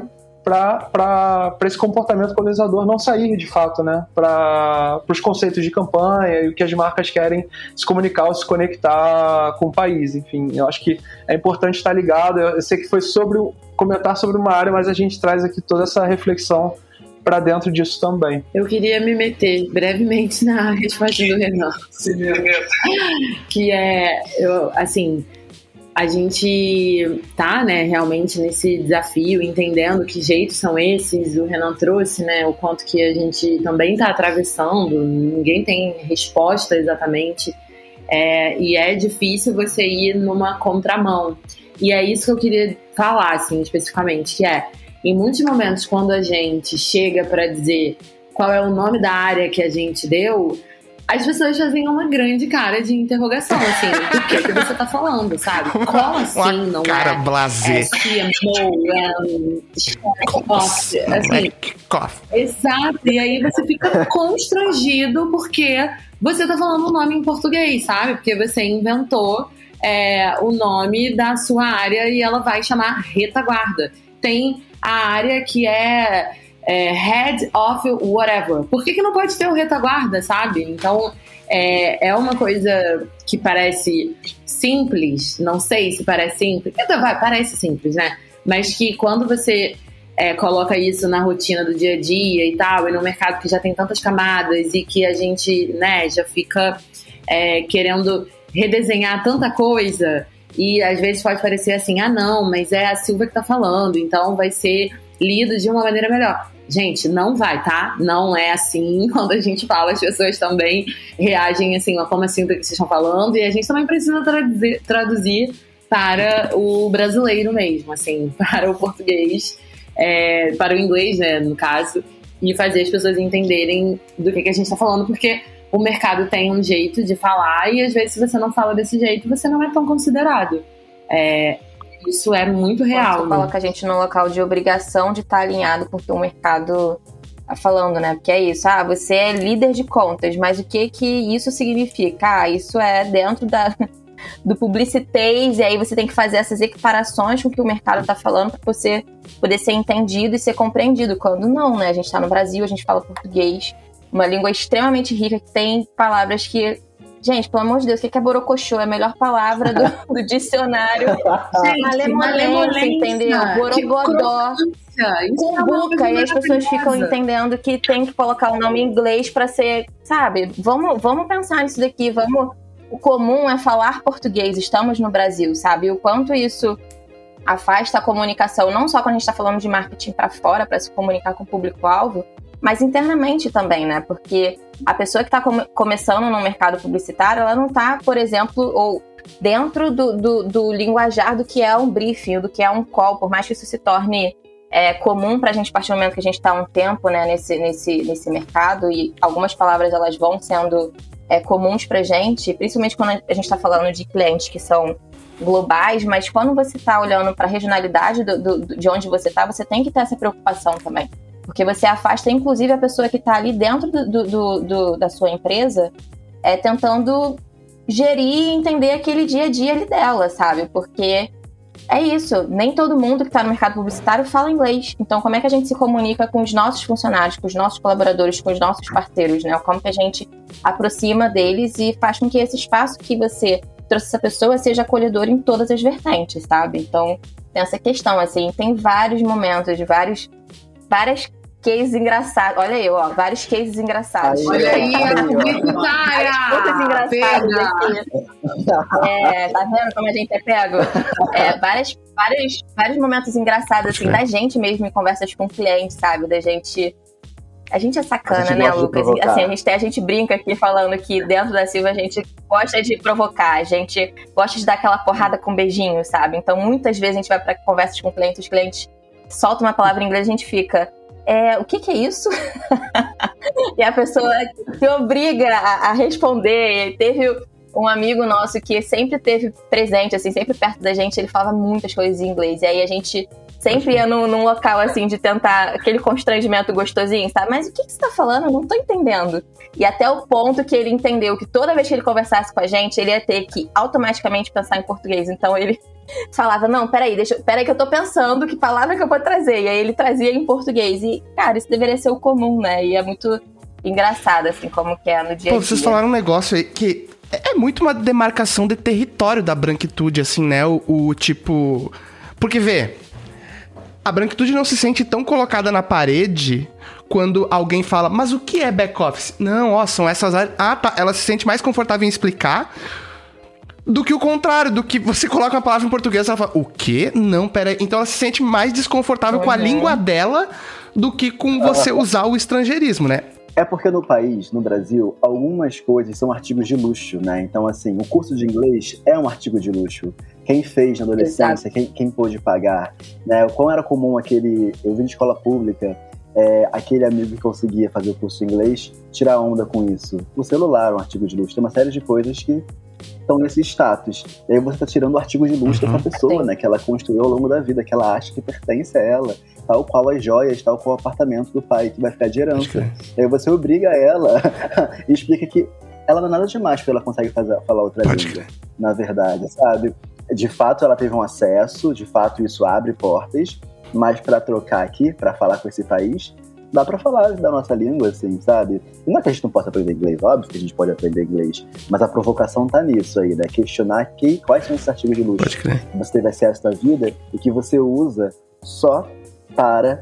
para esse comportamento colonizador não sair de fato, né, para os conceitos de campanha e o que as marcas querem se comunicar ou se conectar com o país. Enfim, eu acho que é importante estar ligado. Eu sei que foi sobre comentar sobre uma área, mas a gente traz aqui toda essa reflexão para dentro disso também. Eu queria me meter brevemente na resposta do Renan, que é, eu, assim, a gente tá, né, realmente nesse desafio, entendendo que jeitos são esses. O Renan trouxe, né, o quanto que a gente também tá atravessando, ninguém tem resposta exatamente, é, e é difícil você ir numa contramão. E é isso que eu queria falar, assim, especificamente, que é, em muitos momentos, quando a gente chega para dizer qual é o nome da área que a gente deu, as pessoas fazem uma grande cara de interrogação, assim, o que que você tá falando, sabe? Como assim uma não cara é? blasé. É C M O, é, assim, exato, e aí você fica constrangido porque você tá falando o nome em português, sabe? Porque você inventou é, o nome da sua área e ela vai chamar retaguarda. Tem a área que é... É, head of whatever. Por que que não pode ter o retaguarda, sabe? Então, é, é uma coisa que parece simples, não sei se parece simples, vai, parece simples, né? Mas que quando você é, coloca isso na rotina do dia a dia e tal, e no mercado que já tem tantas camadas e que a gente, né, já fica é, querendo redesenhar tanta coisa, e às vezes pode parecer assim, ah não, mas é a Silva que tá falando, então vai ser lido de uma maneira melhor. Gente, não vai, tá? Não é assim. Quando a gente fala, as pessoas também reagem assim, como assim do que vocês estão falando, e a gente também precisa traduzir, traduzir para o brasileiro mesmo, assim, para o português, é, para o inglês, né, no caso, e fazer as pessoas entenderem do que, que a gente está falando, porque o mercado tem um jeito de falar e às vezes se você não fala desse jeito, você não é tão considerado. É, isso é muito real. Você coloca a gente num local de obrigação de estar alinhado com o que o mercado tá falando, né? Porque é isso, ah, você é líder de contas, mas o que que isso significa? Ah, isso é dentro da, do publicitês, e aí você tem que fazer essas equiparações com o que o mercado tá falando para você poder ser entendido e ser compreendido, quando não, né? A gente tá no Brasil, a gente fala português, uma língua extremamente rica, que tem palavras que... Gente, pelo amor de Deus, o que é borocochô? É a melhor palavra do, do dicionário. Gente, malemolência, entendeu? Borogodó, cumbuca. E as pessoas ficam entendendo que tem que colocar o nome em inglês pra ser, sabe? Vamos, vamos pensar nisso daqui, vamos... O comum é falar português, estamos no Brasil, sabe? O quanto isso afasta a comunicação, não só quando a gente tá falando de marketing pra fora, pra se comunicar com o público-alvo, mas internamente também, né? Porque a pessoa que está come- começando no mercado publicitário, ela não está, por exemplo, ou dentro do, do, do linguajar do que é um briefing, do que é um call, por mais que isso se torne é, comum para a gente a partir do momento que a gente está há um tempo, né, nesse, nesse, nesse mercado, e algumas palavras elas vão sendo é, comuns para a gente, principalmente quando a gente está falando de clientes que são globais, mas quando você está olhando para a regionalidade do, do, de onde você está, você tem que ter essa preocupação também. Porque você afasta, inclusive, a pessoa que está ali dentro do, do, do, da sua empresa, é, tentando gerir e entender aquele dia a dia ali dela, sabe? Porque é isso, nem todo mundo que está no mercado publicitário fala inglês. Então, como é que a gente se comunica com os nossos funcionários, com os nossos colaboradores, com os nossos parceiros, né? Como que a gente aproxima deles e faz com que esse espaço que você trouxe essa pessoa seja acolhedor em todas as vertentes, sabe? Então, tem essa questão, assim, tem vários momentos, vários, várias cases engraçados. Olha aí, ó, vários cases engraçados. Aí, olha aí, a publicitária! Várias engraçadas aqui. É, tá vendo como a gente é pego? É, várias, vários, vários momentos engraçados, assim, da gente mesmo em conversas com clientes, sabe? Da gente... A gente é sacana, gente, né, Lucas? Assim, a gente, tem, a gente brinca aqui falando que dentro da Silva a gente gosta de provocar, a gente gosta de dar aquela porrada com beijinho, sabe? Então, muitas vezes a gente vai para conversas com clientes, os clientes soltam uma palavra em inglês, a gente fica... É, o que que é isso? E a pessoa se obriga a, a responder. E teve um amigo nosso que sempre teve presente, assim, sempre perto da gente, ele falava muitas coisas em inglês. E aí a gente sempre ia num, num local, assim, de tentar aquele constrangimento gostosinho, sabe? Mas o que que você tá falando? Eu não tô entendendo. E até o ponto que ele entendeu que toda vez que ele conversasse com a gente, ele ia ter que automaticamente pensar em português. Então ele falava, não, peraí, deixa, peraí que eu tô pensando que palavra que eu vou trazer. E aí ele trazia em português. E, cara, isso deveria ser o comum, né? E é muito engraçado, assim, como que é no dia a dia. Pô, vocês falaram um negócio aí que é muito uma demarcação de território da branquitude, assim, né? O, o tipo... Porque, vê, a branquitude não se sente tão colocada na parede quando alguém fala, mas o que é back-office? Não, ó, são essas áreas... Ah, tá, ela se sente mais confortável em explicar do que o contrário, do que você coloca uma palavra em português e ela fala, o quê? Não, peraí. Então ela se sente mais desconfortável uhum. com a língua dela do que com você usar o estrangeirismo, né? É porque no país, no Brasil, algumas coisas são artigos de luxo, né? Então, assim, o curso de inglês é um artigo de luxo. Quem fez na adolescência, quem, quem pôde pagar, né? Como era comum aquele... Eu vim de escola pública, é, aquele amigo que conseguia fazer o curso de inglês, tirar onda com isso. O celular é um artigo de luxo. Tem uma série de coisas que estão nesse status. E aí você tá tirando o artigo de luxo uhum. dessa pessoa, né? Que ela construiu ao longo da vida, que ela acha que pertence a ela. Tal qual as joias, tal qual o apartamento do pai, que vai ficar de herança. E aí você obriga ela e explica que ela não é nada demais porque ela consegue fazer, falar outra Pode língua, crer. na verdade, sabe? De fato, ela teve um acesso, de fato, isso abre portas, mas pra trocar aqui, pra falar com esse país, dá pra falar da nossa língua, assim, sabe? E não é que a gente não possa aprender inglês, óbvio que a gente pode aprender inglês, mas a provocação tá nisso aí, né? Questionar que, quais são esses artigos de luxo que você teve acesso da vida e que você usa só para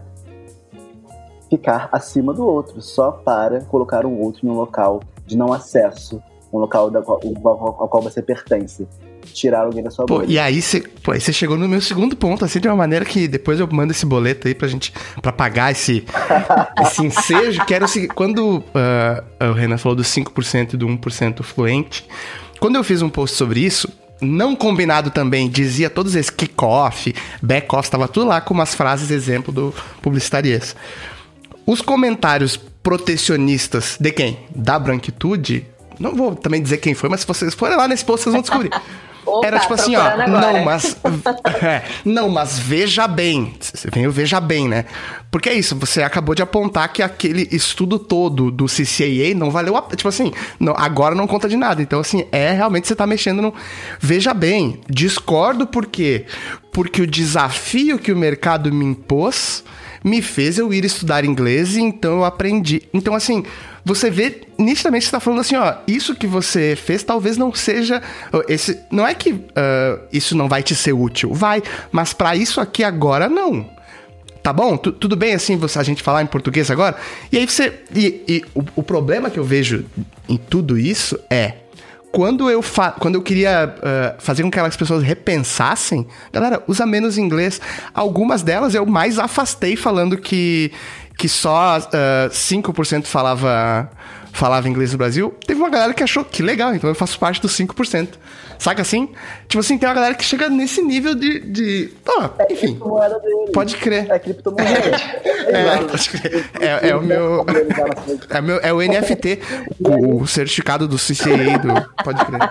ficar acima do outro, só para colocar um outro em um local de não acesso, um local da qual, ao qual você pertence. Tirar alguém da sua Pô, bolha. E aí você chegou no meu segundo ponto, assim, de uma maneira que depois eu mando esse boleto aí pra gente, pra pagar esse, esse ensejo, que era o seguinte, quando uh, o Renan falou dos cinco por cento e do um por cento fluente, quando eu fiz um post sobre isso, não combinado também, dizia todos esses kick-off, back-off, tava tudo lá com umas frases exemplo do Publicitarias. Os comentários protecionistas de quem? Da branquitude, não vou também dizer quem foi, mas se vocês forem lá nesse post, vocês vão descobrir. Opa, era tipo assim, ó, agora. não, mas é, não, mas veja bem, você vem o veja bem, né? Porque é isso, você acabou de apontar que aquele estudo todo do C C A A não valeu a, tipo assim, não, agora não conta de nada. Então assim, é realmente você tá mexendo no veja bem, discordo por quê? Porque o desafio que o mercado me impôs me fez eu ir estudar inglês e então eu aprendi. Então assim, você vê, nitidamente você tá falando assim, ó, isso que você fez talvez não seja, esse, não é que uh, isso não vai te ser útil, vai, mas pra isso aqui agora não. Tá bom? Tu, tudo bem assim você, a gente falar em português agora? E aí você, e, e o, o problema que eu vejo em tudo isso é, quando eu, fa- quando eu queria uh, fazer com que aquelas pessoas repensassem, galera, usa menos inglês. Algumas delas eu mais afastei falando que, que só uh, cinco por cento falava, falava inglês no Brasil. Teve uma galera que achou que legal, então eu faço parte dos cinco por cento. Saca assim? Tipo assim, tem uma galera que chega nesse nível de... de oh, enfim, é pode crer. É criptomoeda. É, pode crer. É, é o meu... É, meu, é o N F T, o, o certificado do C C A, do... Pode crer.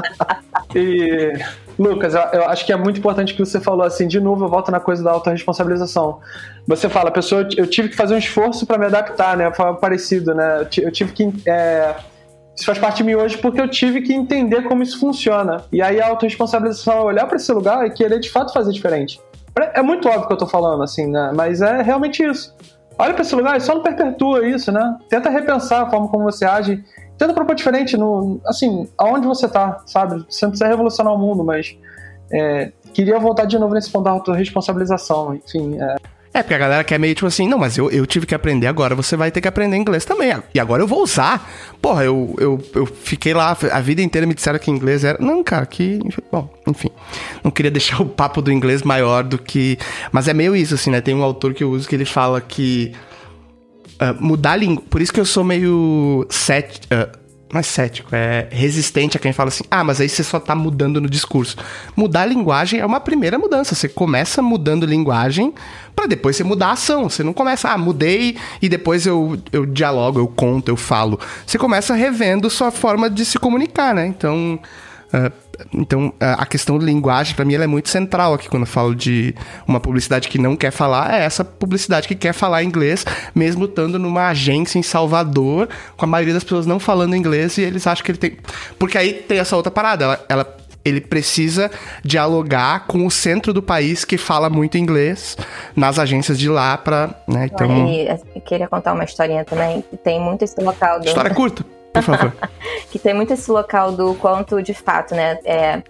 E, Lucas, eu, eu acho que é muito importante que você falou assim, de novo, eu volto na coisa da autorresponsabilização. Você fala, a pessoa, eu tive que fazer um esforço para me adaptar, né? Foi parecido, né? Eu tive que... É, isso faz parte de mim hoje porque eu tive que entender como isso funciona. E aí a autorresponsabilização é olhar para esse lugar e querer de fato fazer diferente. É muito óbvio que eu tô falando, assim, né? Mas é realmente isso. Olha para esse lugar e só não perpetua isso, né? Tenta repensar a forma como você age. Tenta propor diferente, no, assim, aonde você tá, sabe? Você não precisa revolucionar o mundo, mas é, queria voltar de novo nesse ponto da autorresponsabilização. Enfim, é... É, porque a galera quer meio tipo assim, não, mas eu, eu tive que aprender agora, você vai ter que aprender inglês também. E agora eu vou usar. Porra, eu, eu, eu fiquei lá, a vida inteira me disseram que inglês era... Não, cara, que... Bom, enfim. Não queria deixar o papo do inglês maior do que... Mas é meio isso, assim, né? Tem um autor que eu uso que ele fala que... Uh, mudar a língua... Por isso que eu sou meio... Set, uh, não é cético, é resistente a quem fala assim, ah, mas aí você só tá mudando no discurso. Mudar a linguagem é uma primeira mudança. Você começa mudando linguagem pra depois você mudar a ação. Você não começa, ah, mudei e depois eu, eu dialogo, eu conto, eu falo. Você começa revendo sua forma de se comunicar, né? Então... Uh, então, a questão da linguagem, pra mim, ela é muito central aqui quando eu falo de uma publicidade que não quer falar, é essa publicidade que quer falar inglês, mesmo estando numa agência em Salvador, com a maioria das pessoas não falando inglês, e eles acham que ele tem... Porque aí tem essa outra parada, ela, ela, ele precisa dialogar com o centro do país que fala muito inglês, nas agências de lá pra... Né, então... E eu queria contar uma historinha também, que tem muito esse local do... História curta. Por favor. Que tem muito esse local do quanto, de fato, né, é,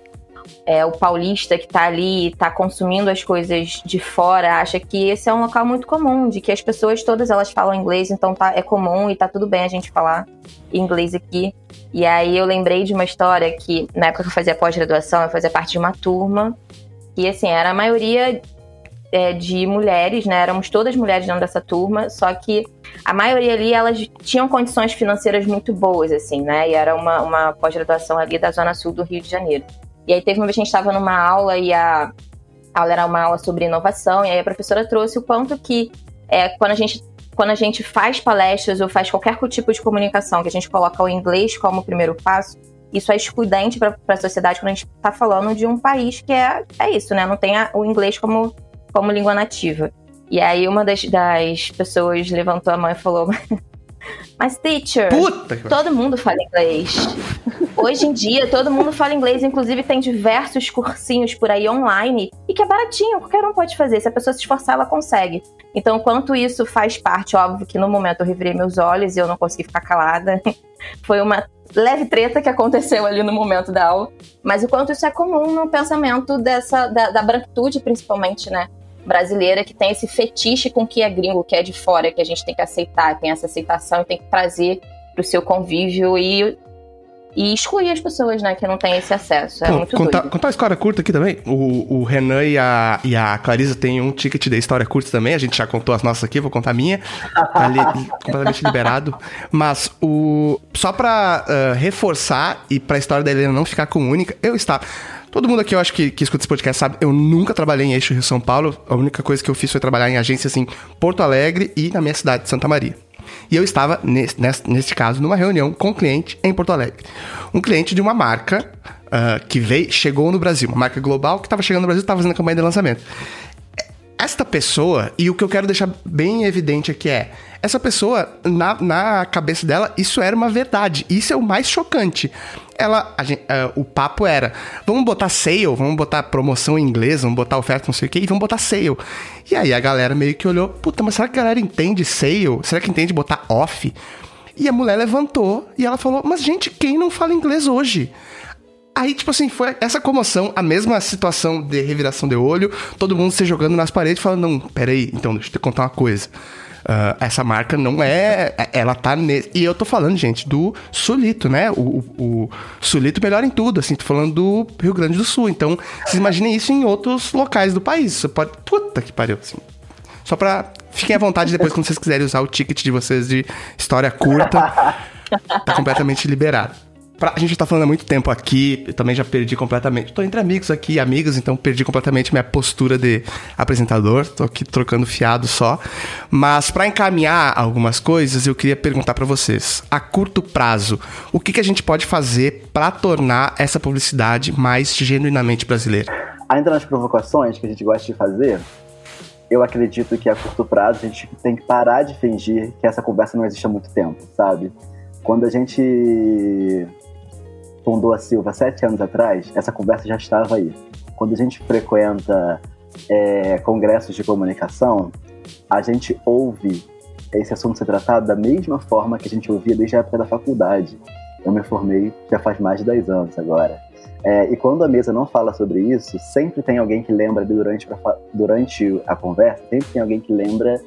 é, o paulista que tá ali, tá consumindo as coisas de fora, acha que esse é um local muito comum, de que as pessoas todas elas falam inglês, então tá, é comum e tá tudo bem a gente falar inglês aqui. E aí eu lembrei de uma história que, na época que eu fazia pós-graduação, eu fazia parte de uma turma, e assim, era a maioria é, de mulheres, né, éramos todas mulheres dentro dessa turma, só que a maioria ali, elas tinham condições financeiras muito boas, assim, né, e era uma, uma pós-graduação ali da Zona Sul do Rio de Janeiro. E aí teve uma vez que a gente estava numa aula e a aula era uma aula sobre inovação, e aí a professora trouxe o quanto que é, quando, a gente, quando a gente faz palestras ou faz qualquer tipo de comunicação, que a gente coloca o inglês como primeiro passo, isso é excludente para a sociedade quando a gente está falando de um país que é, é isso, né? Não tem a, o inglês como, como língua nativa. E aí uma das, das pessoas levantou a mão e falou... Mas, teacher, Puta que... todo mundo fala inglês. Hoje em dia, todo mundo fala inglês. Inclusive, tem diversos cursinhos por aí online e que é baratinho, qualquer um pode fazer. Se a pessoa se esforçar, ela consegue. Então, quanto isso faz parte, óbvio que no momento eu revirei meus olhos e eu não consegui ficar calada. Foi uma leve treta que aconteceu ali no momento da aula. Mas o quanto isso é comum no pensamento dessa, da, da branquitude, principalmente, né? Brasileira, que tem esse fetiche com o que é gringo, que é de fora, que a gente tem que aceitar, tem essa aceitação e tem que trazer pro seu convívio e, e excluir as pessoas, né, que não têm esse acesso. É Pô, muito contar, doido. Contar a história curta aqui também. O, o Renan e a, e a Clarisa têm um ticket de história curta também. A gente já contou as nossas aqui, vou contar a minha. Ali, completamente liberado. Mas o só pra uh, reforçar e pra história da Helena não ficar com única, eu estava... Todo mundo aqui, eu acho que, que escuta esse podcast sabe, eu nunca trabalhei em Eixo Rio-São Paulo. A única coisa que eu fiz foi trabalhar em agências em Porto Alegre e na minha cidade de Santa Maria. E eu estava, nesse, nesse caso, numa reunião com um cliente em Porto Alegre. Um cliente de uma marca uh, que veio, chegou no Brasil, uma marca global que estava chegando no Brasil e estava fazendo a campanha de lançamento. Esta pessoa, e o que eu quero deixar bem evidente aqui é, essa pessoa, na, na cabeça dela, isso era uma verdade. Isso é o mais chocante. Ela, a gente, uh, o papo era, vamos botar sale, vamos botar promoção em inglês, vamos botar oferta não sei o que, e vamos botar sale. E aí a galera meio que olhou, puta, mas será que a galera entende sale? Será que entende botar off? E a mulher levantou e ela falou, mas gente, quem não fala inglês hoje? Aí, tipo assim, foi essa comoção, a mesma situação de reviração de olho, todo mundo se jogando nas paredes, falando, não, peraí, então, deixa eu te contar uma coisa. Uh, essa marca não é... Ela tá nesse... E eu tô falando, gente, do Sulito, né? O, o, o Sulito melhora em tudo, assim, tô falando do Rio Grande do Sul. Então, vocês imaginem isso em outros locais do país. Você pode... Puta que pariu, assim. Só pra... Fiquem à vontade depois, quando vocês quiserem usar o ticket de vocês de história curta. Tá completamente liberado. Pra, a gente tá falando há muito tempo aqui, eu também já perdi completamente. Tô entre amigos aqui, amigos, então perdi completamente minha postura de apresentador. Tô aqui trocando fiado só. Mas pra encaminhar algumas coisas, eu queria perguntar pra vocês. A curto prazo, o que, que a gente pode fazer pra tornar essa publicidade mais genuinamente brasileira? Ainda nas provocações que a gente gosta de fazer, eu acredito que a curto prazo a gente tem que parar de fingir que essa conversa não existe há muito tempo, sabe? Quando a gente fundou a Silva sete anos atrás, essa conversa já estava aí. Quando a gente frequenta é, congressos de comunicação, a gente ouve esse assunto ser tratado da mesma forma que a gente ouvia desde a época da faculdade. Eu me formei já faz mais de dez anos agora. É, e quando a mesa não fala sobre isso, sempre tem alguém que lembra durante, durante a conversa, sempre tem alguém que lembra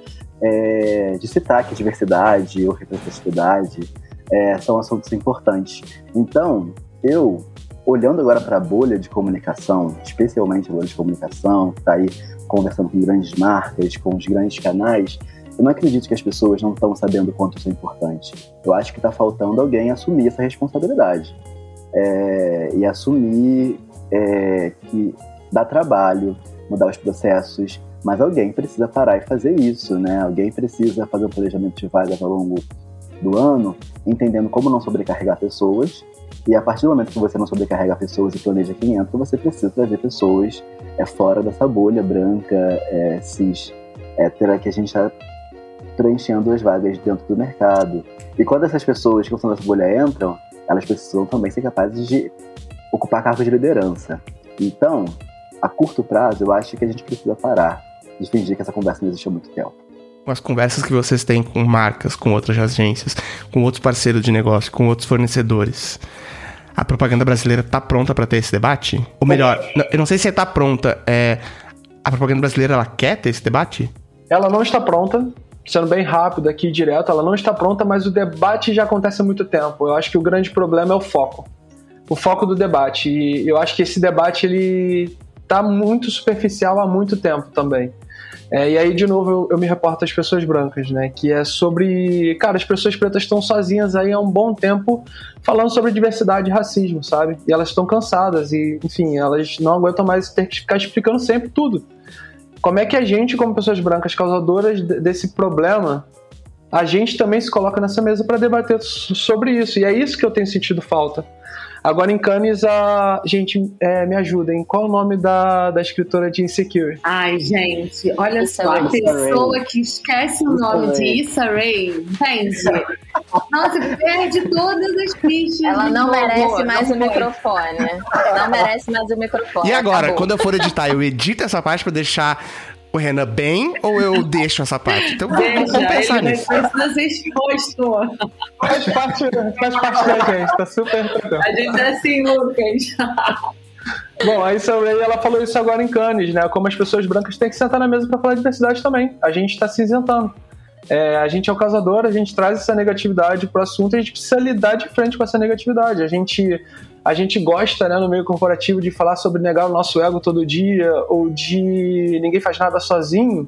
é, de citar que diversidade ou representatividade é, são assuntos importantes. Então, eu, olhando agora para a bolha de comunicação, especialmente a bolha de comunicação, que está aí conversando com grandes marcas, com os grandes canais, eu não acredito que as pessoas não estão sabendo o quanto isso é importante. Eu acho que está faltando alguém assumir essa responsabilidade. É, e assumir é, que dá trabalho, mudar os processos, mas alguém precisa parar e fazer isso, né? Alguém precisa fazer um planejamento de vagas ao longo do ano, entendendo como não sobrecarregar pessoas, e a partir do momento que você não sobrecarrega pessoas e planeja quem entra, você precisa trazer pessoas é, fora dessa bolha branca, é, cis, hétera, que a gente está preenchendo as vagas dentro do mercado. E quando essas pessoas que estão nessa bolha entram, elas precisam também ser capazes de ocupar cargos de liderança. Então, a curto prazo, eu acho que a gente precisa parar de fingir que essa conversa não existe há muito tempo. As conversas que vocês têm com marcas, com outras agências, com outros parceiros de negócio, com outros fornecedores. A propaganda brasileira tá pronta pra ter esse debate? Ou melhor, eu não sei se tá pronta, é... a propaganda brasileira, ela quer ter esse debate? Ela não está pronta, sendo bem rápido aqui, direto, ela não está pronta, mas o debate já acontece há muito tempo. Eu acho que o grande problema é o foco. O foco do debate. E eu acho que esse debate, ele tá muito superficial há muito tempo também. É, e aí, de novo, eu, eu me reporto às pessoas brancas, né? Que é sobre... Cara, as pessoas pretas estão sozinhas aí há um bom tempo falando sobre diversidade e racismo, sabe? E elas estão cansadas e, enfim, elas não aguentam mais ter que ficar explicando sempre tudo. Como é que a gente, como pessoas brancas causadoras desse problema, a gente também se coloca nessa mesa para debater sobre isso? E é isso que eu tenho sentido falta. Agora, em Cannes, a gente é, me ajuda, hein? Qual é o nome da, da escritora de Insecure? Ai, gente, olha Issa só, Rae. a pessoa que esquece o Issa nome Rae. de Issa Rae, entende? Nossa, perde todas as fichas. Ela de não novo. merece mais Não o pode. microfone. Não merece mais o microfone. E agora, Acabou. quando eu for editar, eu edito essa parte pra deixar o Renan bem ou eu deixo essa parte? Então vamos Deixa, vamos pensar ele nisso. precisa ser exposto. Faz parte, faz parte da gente, tá super tranquilo. A gente é assim, Lucas. Bom, a Issa Rae, ela falou isso agora em Cannes, né? Como as pessoas brancas têm que sentar na mesa para falar de diversidade também. A gente está se isentando. É, a gente é o causador, a gente traz essa negatividade pro assunto e a gente precisa lidar de frente com essa negatividade. A gente, a gente gosta, né, no meio corporativo de falar sobre negar o nosso ego todo dia ou de ninguém faz nada sozinho.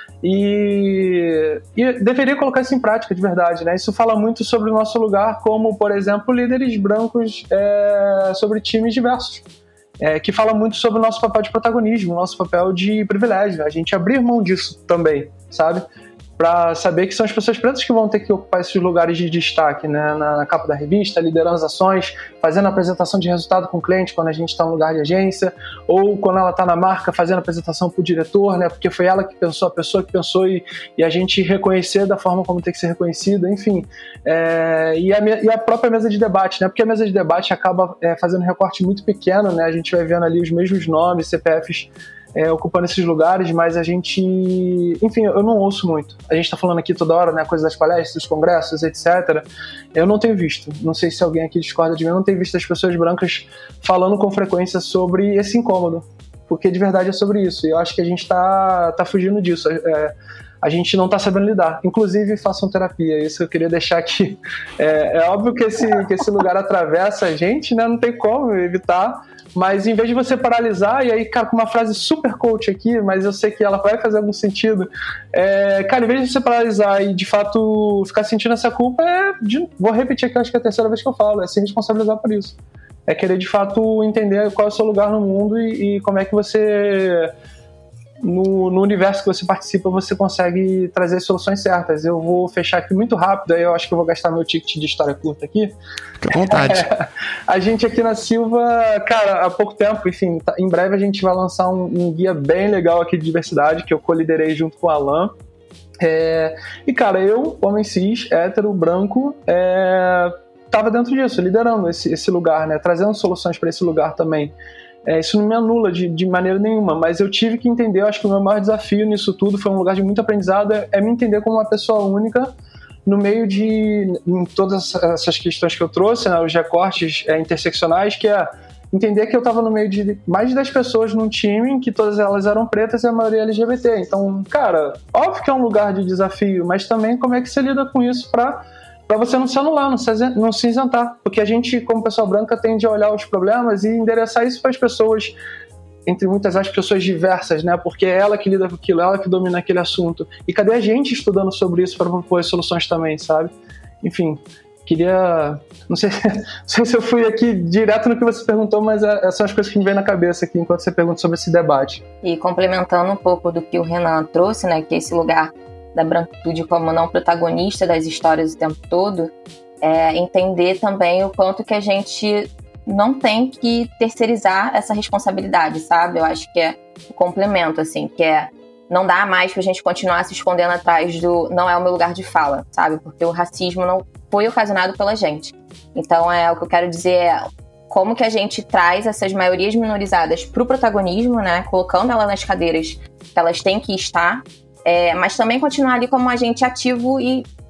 E, e deveria colocar isso em prática de verdade, né? Isso fala muito sobre o nosso lugar como, por exemplo, líderes brancos é, sobre times diversos. É, que fala muito sobre o nosso papel de protagonismo, o nosso papel de privilégio. A gente abrir mão disso também, sabe? Para saber que são as pessoas pretas que vão ter que ocupar esses lugares de destaque, né? na, na capa da revista, liderando as ações, fazendo a apresentação de resultado com o cliente quando a gente está no lugar de agência, ou quando ela está na marca fazendo a apresentação para o diretor, né? Porque foi ela que pensou, a pessoa que pensou, e, e a gente reconhecer da forma como tem que ser reconhecido, enfim. É, e, a, e a própria mesa de debate, né? Porque a mesa de debate acaba é, fazendo um recorte muito pequeno, né? A gente vai vendo ali os mesmos nomes, C P Fs, É, ocupando esses lugares, mas a gente... Enfim, eu não ouço muito. A gente tá falando aqui toda hora, né, coisa das palestras, dos congressos, etcétera. Eu não tenho visto. Não sei se alguém aqui discorda de mim, eu não tenho visto as pessoas brancas falando com frequência sobre esse incômodo. Porque de verdade é sobre isso. E eu acho que a gente tá, tá fugindo disso. É, a gente não tá sabendo lidar. Inclusive, façam terapia. Isso eu queria deixar aqui. É, é óbvio que esse, que esse lugar atravessa a gente, né? Não tem como evitar. Mas em vez de você paralisar, e aí, cara, com uma frase super coach aqui, mas eu sei que ela vai fazer algum sentido, é, cara, em vez de você paralisar e de fato ficar sentindo essa culpa, é de, vou repetir aqui, acho que é a terceira vez que eu falo, é se responsabilizar por isso. É querer de fato entender qual é o seu lugar no mundo e, e como é que você, no, no universo que você participa, você consegue trazer as soluções certas. Eu vou fechar aqui muito rápido, aí eu acho que eu vou gastar meu ticket de história curta aqui. Fica à vontade. É, a gente aqui na Silva, cara, há pouco tempo, enfim, tá, em breve a gente vai lançar um, um guia bem legal aqui de diversidade, que eu coliderei junto com o Alan. É, e, cara, eu, homem cis, hétero, branco, é, tava dentro disso, liderando esse, esse lugar, né, trazendo soluções para esse lugar também. É, isso não me anula de, de maneira nenhuma, mas eu tive que entender, eu acho que o meu maior desafio nisso tudo foi um lugar de muito aprendizado, é, é me entender como uma pessoa única no meio de em todas essas questões que eu trouxe, né, os recortes é, interseccionais, que é entender que eu estava no meio de mais de dez pessoas num time, que todas elas eram pretas e a maioria L G B T. Então, cara, óbvio que é um lugar de desafio, mas também como é que você lida com isso para para você não se anular, não se, não se isentar. Porque a gente, como pessoa branca, tende a olhar os problemas e endereçar isso para as pessoas, entre muitas as pessoas diversas, né? Porque é ela que lida com aquilo, é ela que domina aquele assunto. E cadê a gente estudando sobre isso para propor soluções também, sabe? Enfim, queria... Não sei, não sei se eu fui aqui direto no que você perguntou, mas essas são as coisas que me vêm na cabeça aqui enquanto você pergunta sobre esse debate. E complementando um pouco do que o Renan trouxe, né? Que é esse lugar da branquitude como não protagonista das histórias o tempo todo, é entender também o quanto que a gente não tem que terceirizar essa responsabilidade, sabe? Eu acho que é o complemento, assim, que é não dá mais pra gente continuar se escondendo atrás do não é o meu lugar de fala, sabe? Porque o racismo não foi ocasionado pela gente. Então, é o que eu quero dizer é como que a gente traz essas maiorias minorizadas pro protagonismo, né? Colocando ela nas cadeiras que elas têm que estar, É, mas também continuar ali como um agente ativo e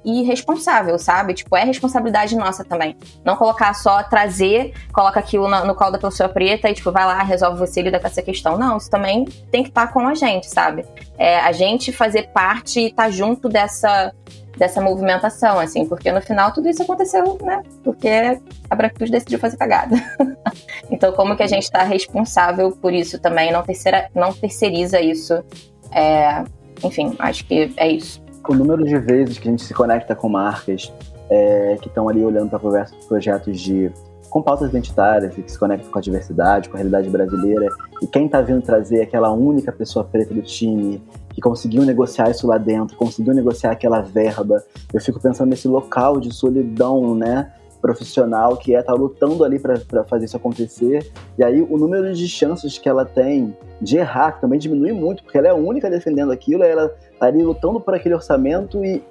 e responsável, sabe? Tipo, é responsabilidade nossa também. Não colocar só, trazer, coloca aquilo no, no colo da pessoa preta e, tipo, vai lá, resolve você, lida com essa questão. Não, isso também tem que estar com a gente, sabe? É, a gente fazer parte e estar junto dessa, dessa movimentação, assim, porque no final tudo isso aconteceu, né? Porque a branquitude decidiu fazer cagada. Então, como que a gente está responsável por isso também, não, terceira, não terceiriza isso. É, enfim, acho que é isso. O número de vezes que a gente se conecta com marcas é, que estão ali olhando para projetos de, com pautas identitárias e que se conectam com a diversidade, com a realidade brasileira, e quem está vindo trazer aquela única pessoa preta do time que conseguiu negociar isso lá dentro, conseguiu negociar aquela verba. Eu fico pensando nesse local de solidão, né, profissional que é estar tá lutando ali para fazer isso acontecer. E aí o número de chances que ela tem de errar também diminui muito, porque ela é a única defendendo aquilo, ela tá ali lutando por aquele orçamento e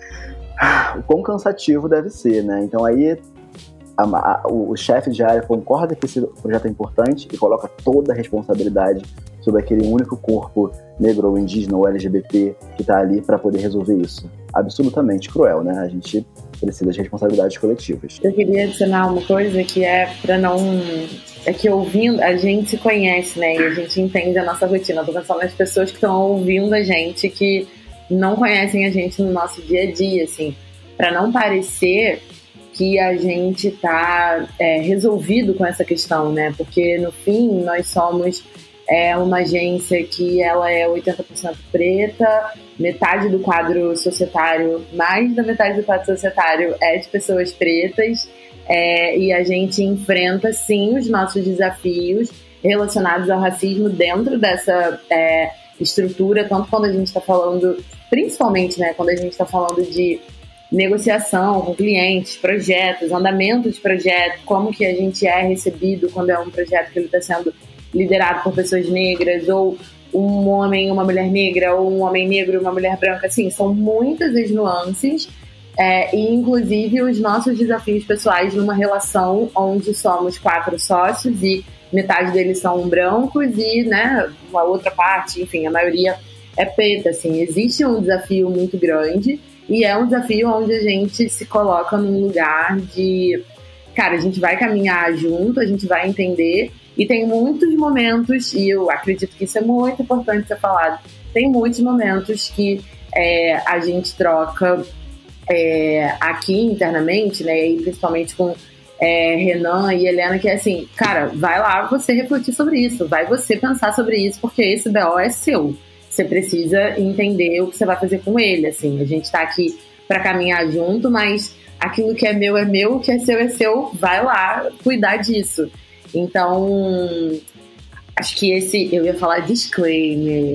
ah, o quão cansativo deve ser, né? Então aí a, a, o, o chefe de área concorda que esse projeto é importante e coloca toda a responsabilidade sobre aquele único corpo negro ou indígena ou L G B T que tá ali para poder resolver isso. Absolutamente cruel, né? A gente precisa de responsabilidades coletivas. Eu queria adicionar uma coisa que é para não... É que ouvindo, a gente se conhece, né? E a gente entende a nossa rotina. Eu tô pensando nas pessoas que estão ouvindo a gente, que não conhecem a gente no nosso dia a dia, assim. Para não parecer que a gente tá é, resolvido com essa questão, né? Porque, no fim, nós somos... É uma agência que ela é oitenta por cento preta, metade do quadro societário, mais da metade do quadro societário é de pessoas pretas, é, e a gente enfrenta, sim, os nossos desafios relacionados ao racismo dentro dessa é, estrutura, tanto quando a gente está falando, principalmente, né, quando a gente está falando de negociação com clientes, projetos, andamento de projeto, como que a gente é recebido quando é um projeto que ele está sendo liderado por pessoas negras, ou um homem e uma mulher negra, ou um homem negro e uma mulher branca, assim, são muitas as nuances, é, e inclusive os nossos desafios pessoais numa relação onde somos quatro sócios e metade deles são brancos e, né, uma outra parte, enfim, a maioria é preta, assim, existe um desafio muito grande e é um desafio onde a gente se coloca num lugar de, cara, a gente vai caminhar junto, a gente vai entender. E tem muitos momentos, e eu acredito que isso é muito importante ser falado, tem muitos momentos que é, a gente troca é, aqui internamente, né, e principalmente com é, Renan e Helena, que é assim, cara, vai lá você refletir sobre isso, vai você pensar sobre isso, porque esse B O é seu. Você precisa entender o que você vai fazer com ele, assim. A gente tá aqui para caminhar junto, mas aquilo que é meu é meu, o que é seu é seu, vai lá cuidar disso. Então, acho que esse... Eu ia falar disclaimer.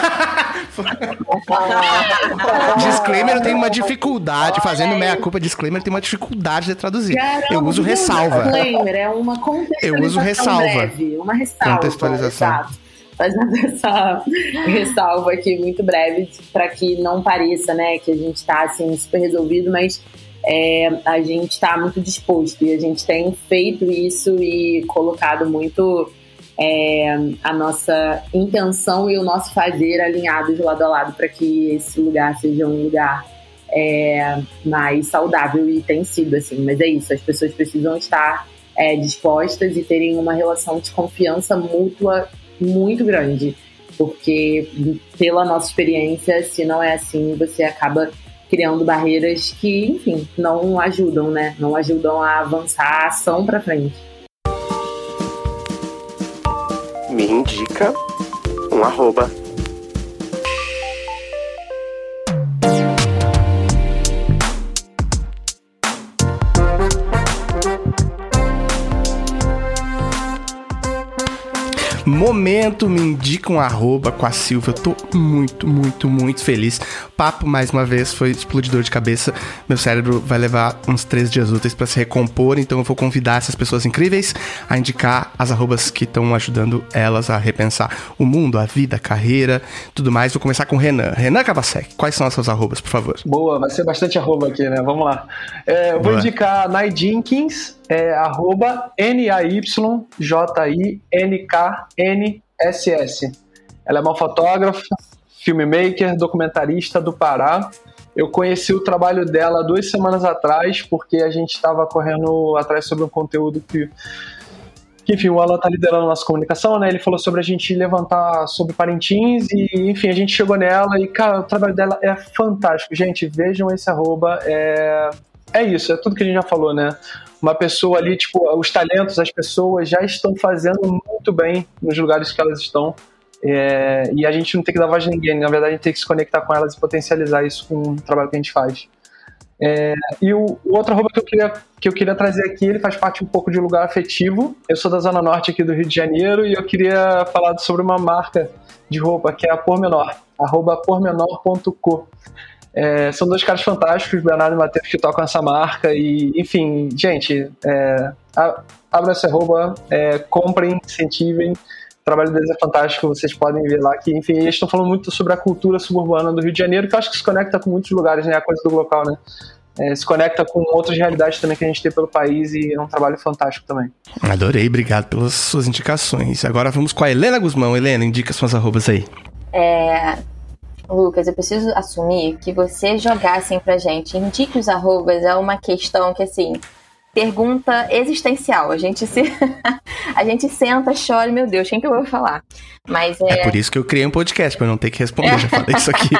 Disclaimer eu tenho uma dificuldade. Fazendo meia-culpa, disclaimer tem uma dificuldade de traduzir. Caramba, eu uso ressalva. Disclaimer é uma contextualização eu uso ressalva. breve. Uma ressalva. Contextualização. Exato. Fazendo essa ressalva aqui muito breve para que não pareça, né, que a gente está assim, super resolvido, mas... É, a gente está muito disposto e a gente tem feito isso e colocado muito é, a nossa intenção e o nosso fazer alinhados lado a lado para que esse lugar seja um lugar é, mais saudável, e tem sido assim, mas é isso, as pessoas precisam estar é, dispostas e terem uma relação de confiança mútua muito grande, porque pela nossa experiência, se não é assim, você acaba criando barreiras que, enfim, não ajudam, né? Não ajudam a avançar a ação para frente. Me indica um arroba. Momento, me indica um arroba com a Silvia. Eu tô muito, muito, muito feliz. Papo, mais uma vez, foi explodidor de cabeça. Meu cérebro vai levar uns três dias úteis pra se recompor, então eu vou convidar essas pessoas incríveis a indicar as arrobas que estão ajudando elas a repensar o mundo, a vida, a carreira, tudo mais. Vou começar com o Renan. Renan Cavasek, quais são as suas arrobas, por favor? Boa, vai ser bastante arroba aqui, né? Vamos lá. É, eu vou Boa. indicar a Nay Jenkins, é arroba N A Y J I N K N S S. Ela é uma fotógrafa, filmmaker, documentarista do Pará, Eu conheci o trabalho dela duas semanas atrás, porque a gente estava correndo atrás sobre um conteúdo que, que enfim, o Alan está liderando a nossa comunicação, né? Ele falou sobre a gente levantar sobre Parintins e, enfim, a gente chegou nela e, cara, o trabalho dela é fantástico. Gente, vejam esse arroba, é, é isso, é tudo que a gente já falou, né? Uma pessoa ali, tipo, os talentos, as pessoas já estão fazendo muito bem nos lugares que elas estão. É, e a gente não tem que dar voz a ninguém, na verdade a gente tem que se conectar com elas e potencializar isso com o trabalho que a gente faz. É, e o, o outro arroba que eu, queria, que eu queria trazer aqui, ele faz parte um pouco de lugar afetivo. Eu sou da Zona Norte aqui do Rio de Janeiro e eu queria falar sobre uma marca de roupa que é a Pormenor, arroba pormenor ponto co. É, são dois caras fantásticos, Bernardo e Matheus, que tocam essa marca e, enfim, gente, é, abram essa arroba, é, comprem, incentivem. O trabalho deles é fantástico, vocês podem ver lá que, enfim, eles estão falando muito sobre a cultura suburbana do Rio de Janeiro, que eu acho que se conecta com muitos lugares, né, a coisa do local, né, é, se conecta com outras realidades também que a gente tem pelo país e é um trabalho fantástico também. Adorei, obrigado pelas suas indicações. Agora vamos com a Helena Guzmão. Helena, indica suas arrobas aí. É... Lucas, eu preciso assumir que você jogar assim pra gente, indique os arrobas, é uma questão que, assim, pergunta existencial. A gente se a gente senta, chora, meu Deus, quem que eu vou falar? Mas é... é por isso que eu criei um podcast, pra eu não ter que responder, já falei isso aqui.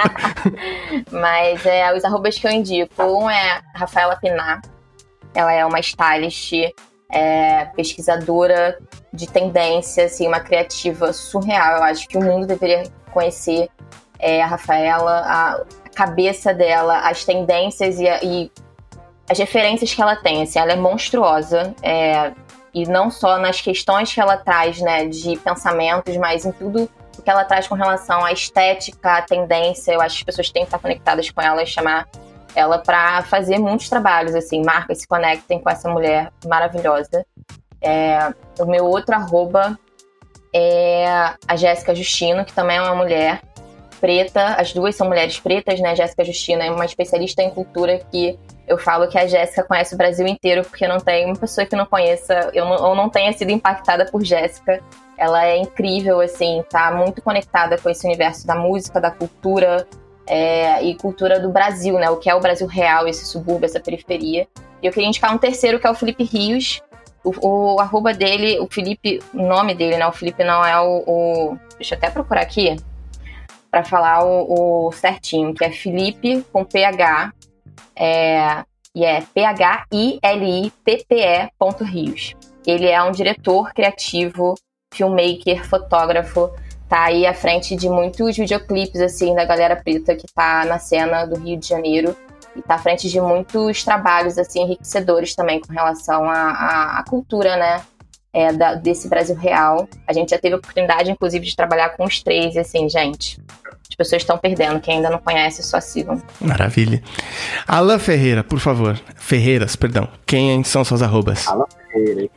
Mas é, os arrobas que eu indico, um é a Rafaela Pinar, ela é uma stylist, é, pesquisadora de tendência, assim, uma criativa surreal, eu acho que o mundo deveria conhecer é, a Rafaela, a cabeça dela, as tendências e, a, e as referências que ela tem, assim, ela é monstruosa, é, e não só nas questões que ela traz, né, de pensamentos, mas em tudo o que ela traz com relação à estética, à tendência. Eu acho que as pessoas têm que estar conectadas com ela e chamar ela para fazer muitos trabalhos, assim, marcas se conectem com essa mulher maravilhosa. É, o meu outro arroba é a Jéssica Justino, que também é uma mulher preta, as duas são mulheres pretas, né? Jéssica Justino é uma especialista em cultura que eu falo que a Jéssica conhece o Brasil inteiro, porque não tem uma pessoa que não conheça, eu não, ou não tenha sido impactada por Jéssica. Ela é incrível, assim, tá muito conectada com esse universo da música, da cultura é, e cultura do Brasil, né? O que é o Brasil real, esse subúrbio, essa periferia. E eu queria indicar um terceiro, que é o Felipe Rios. O, o arroba dele, o Felipe, o nome dele, né? O Felipe não é o... o deixa eu até procurar aqui para falar o, o certinho, que é Felipe com P H, é, e é P H I L I P P E ponto Rios. Ele é um diretor criativo, filmmaker, fotógrafo, tá aí à frente de muitos videoclipes, assim, da galera preta que tá na cena do Rio de Janeiro, e tá à frente de muitos trabalhos, assim, enriquecedores também com relação à, à cultura, né, é, da, desse Brasil real. A gente já teve a oportunidade, inclusive, de trabalhar com os três, e assim, gente, as pessoas estão perdendo, quem ainda não conhece, só sigam. Maravilha. Alan Ferreira, por favor. Ferreiras, perdão. Quem são suas arrobas? Alan Ferreira.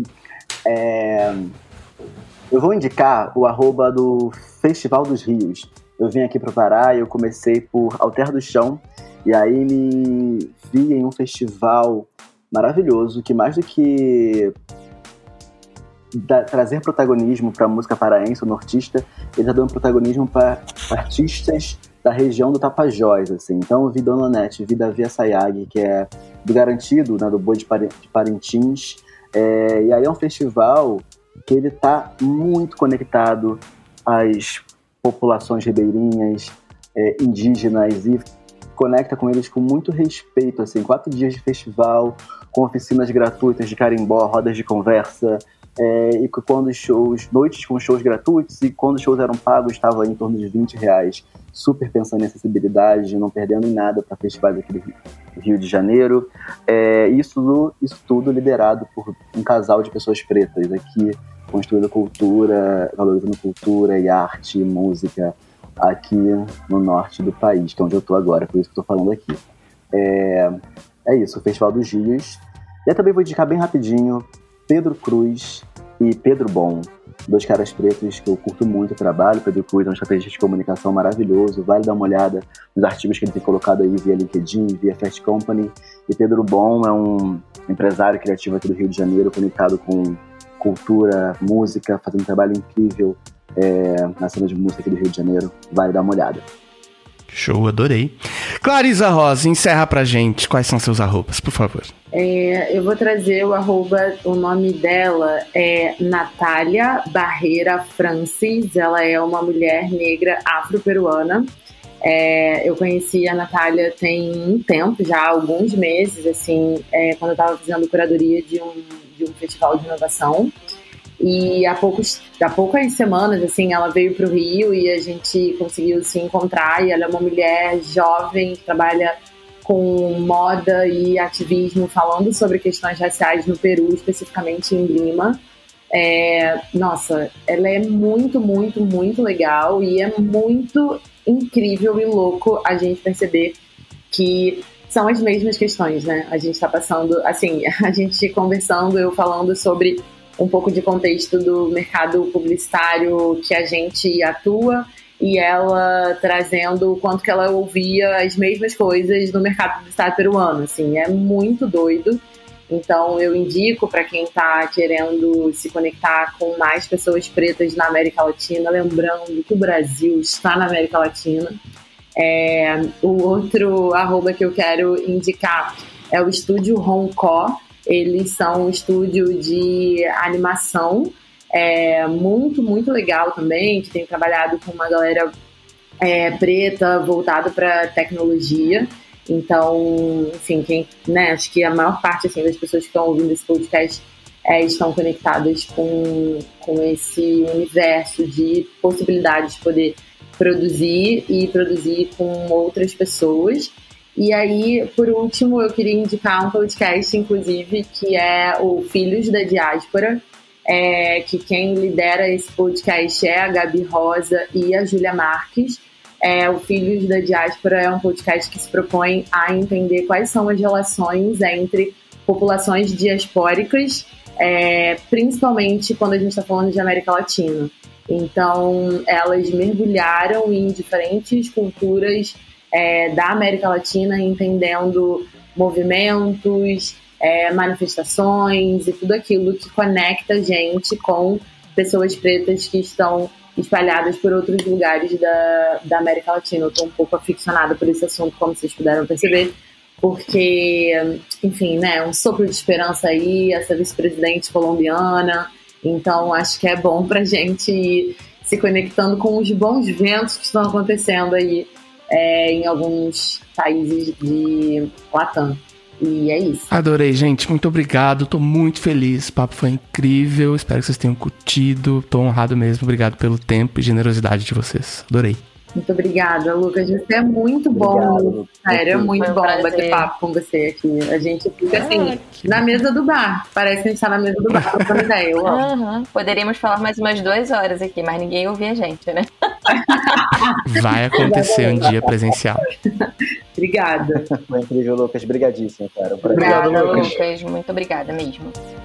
É... Eu vou indicar o arroba do Festival dos Rios. Eu vim aqui para o Pará e eu comecei por Alter do Chão. E aí me vi em um festival maravilhoso, que mais do que da, trazer protagonismo para a música paraense ou nortista, ele está dando protagonismo para artistas da região do Tapajós, assim. Então eu vi Dona Onete, vi Davi Assayag, que é do Garantido, né, do Boi de Parintins. É, e aí é um festival que ele está muito conectado às populações ribeirinhas, é, indígenas, e conecta com eles com muito respeito, assim, quatro dias de festival, com oficinas gratuitas de carimbó, rodas de conversa, é, e quando os shows, noites com shows gratuitos, e quando os shows eram pagos, estava em torno de vinte reais, super pensando em acessibilidade, não perdendo em nada para festivais aqui do Rio, do Rio de Janeiro, é, isso, isso tudo liderado por um casal de pessoas pretas aqui, construindo cultura, valorizando cultura e arte e música aqui no norte do país, que é onde eu estou agora, por isso que eu estou falando aqui. É, é isso, o Festival dos Rios. E eu também vou indicar bem rapidinho Pedro Cruz e Pedro Bom, dois caras pretos que eu curto muito o trabalho. Pedro Cruz é um estrategista de comunicação maravilhoso, vale dar uma olhada nos artigos que ele tem colocado aí via LinkedIn, via Fast Company. E Pedro Bom é um empresário criativo aqui do Rio de Janeiro, conectado com cultura, música, fazendo um trabalho incrível é, na cena de música aqui do Rio de Janeiro. Vale dar uma olhada. Show, adorei. Clarisa Rosa, encerra pra gente. Quais são seus arrobas, por favor? É, eu vou trazer o arroba, o nome dela é Natália Barreira Francis. Ela é uma mulher negra afro-peruana. É, eu conheci a Natália tem um tempo já, alguns meses, assim, é, quando eu estava fazendo curadoria de um, de um festival de inovação. E há, poucos, há poucas semanas, assim, ela veio para o Rio e a gente conseguiu se encontrar. E ela é uma mulher jovem que trabalha com moda e ativismo, falando sobre questões raciais no Peru, especificamente em Lima. É, nossa, ela é muito, muito, muito legal e é muito incrível e louco a gente perceber que são as mesmas questões, né? A gente está passando, assim, a gente conversando, eu falando sobre um pouco de contexto do mercado publicitário que a gente atua e ela trazendo o quanto que ela ouvia as mesmas coisas no mercado publicitário peruano, assim, é muito doido. Então eu indico para quem está querendo se conectar com mais pessoas pretas na América Latina, lembrando que o Brasil está na América Latina. É, o outro arroba que eu quero indicar é o estúdio Roncó. Eles são um estúdio de animação é, muito, muito legal também, que tem trabalhado com uma galera é, preta voltada para tecnologia. Então, enfim, quem, né, acho que a maior parte assim, das pessoas que estão ouvindo esse podcast é, estão conectadas com, com esse universo de possibilidades de poder produzir e produzir com outras pessoas. E aí, por último, eu queria indicar um podcast, inclusive, que é o Filhos da Diáspora, é, que quem lidera esse podcast é a Gabi Rosa e a Júlia Marques. É, o Filhos da Diáspora é um podcast que se propõe a entender quais são as relações entre populações diaspóricas, é, principalmente quando a gente está falando de América Latina. Então, elas mergulharam em diferentes culturas é, da América Latina, entendendo movimentos, é, manifestações e tudo aquilo que conecta a gente com pessoas pretas que estão espalhadas por outros lugares da, da América Latina. Eu estou um pouco aficionada por esse assunto, como vocês puderam perceber, porque, enfim, né, um sopro de esperança aí, essa vice-presidente colombiana. Então, acho que é bom pra gente ir se conectando com os bons ventos que estão acontecendo aí é, em alguns países de Latam. E é isso. Adorei, gente. Muito obrigado. Tô muito feliz. O papo foi incrível. Espero que vocês tenham curtido. Tô honrado mesmo. Obrigado pelo tempo e generosidade de vocês. Adorei. Muito obrigada, Lucas. Você é muito bom. Obrigado. Sério, é muito Foi um bom prazer. bater papo com você aqui. A gente fica assim, na mesa do bar. Parece que a gente tá na mesa do bar, trocando ideia. Eu amo. Uhum. Poderíamos falar mais umas duas horas aqui, mas ninguém ouvia a gente, né? Vai acontecer um dia presencial. Obrigada. Foi incrível, Lucas. Obrigadíssimo, cara. Um prazer. Obrigada, Lucas. Lucas. Muito obrigada mesmo.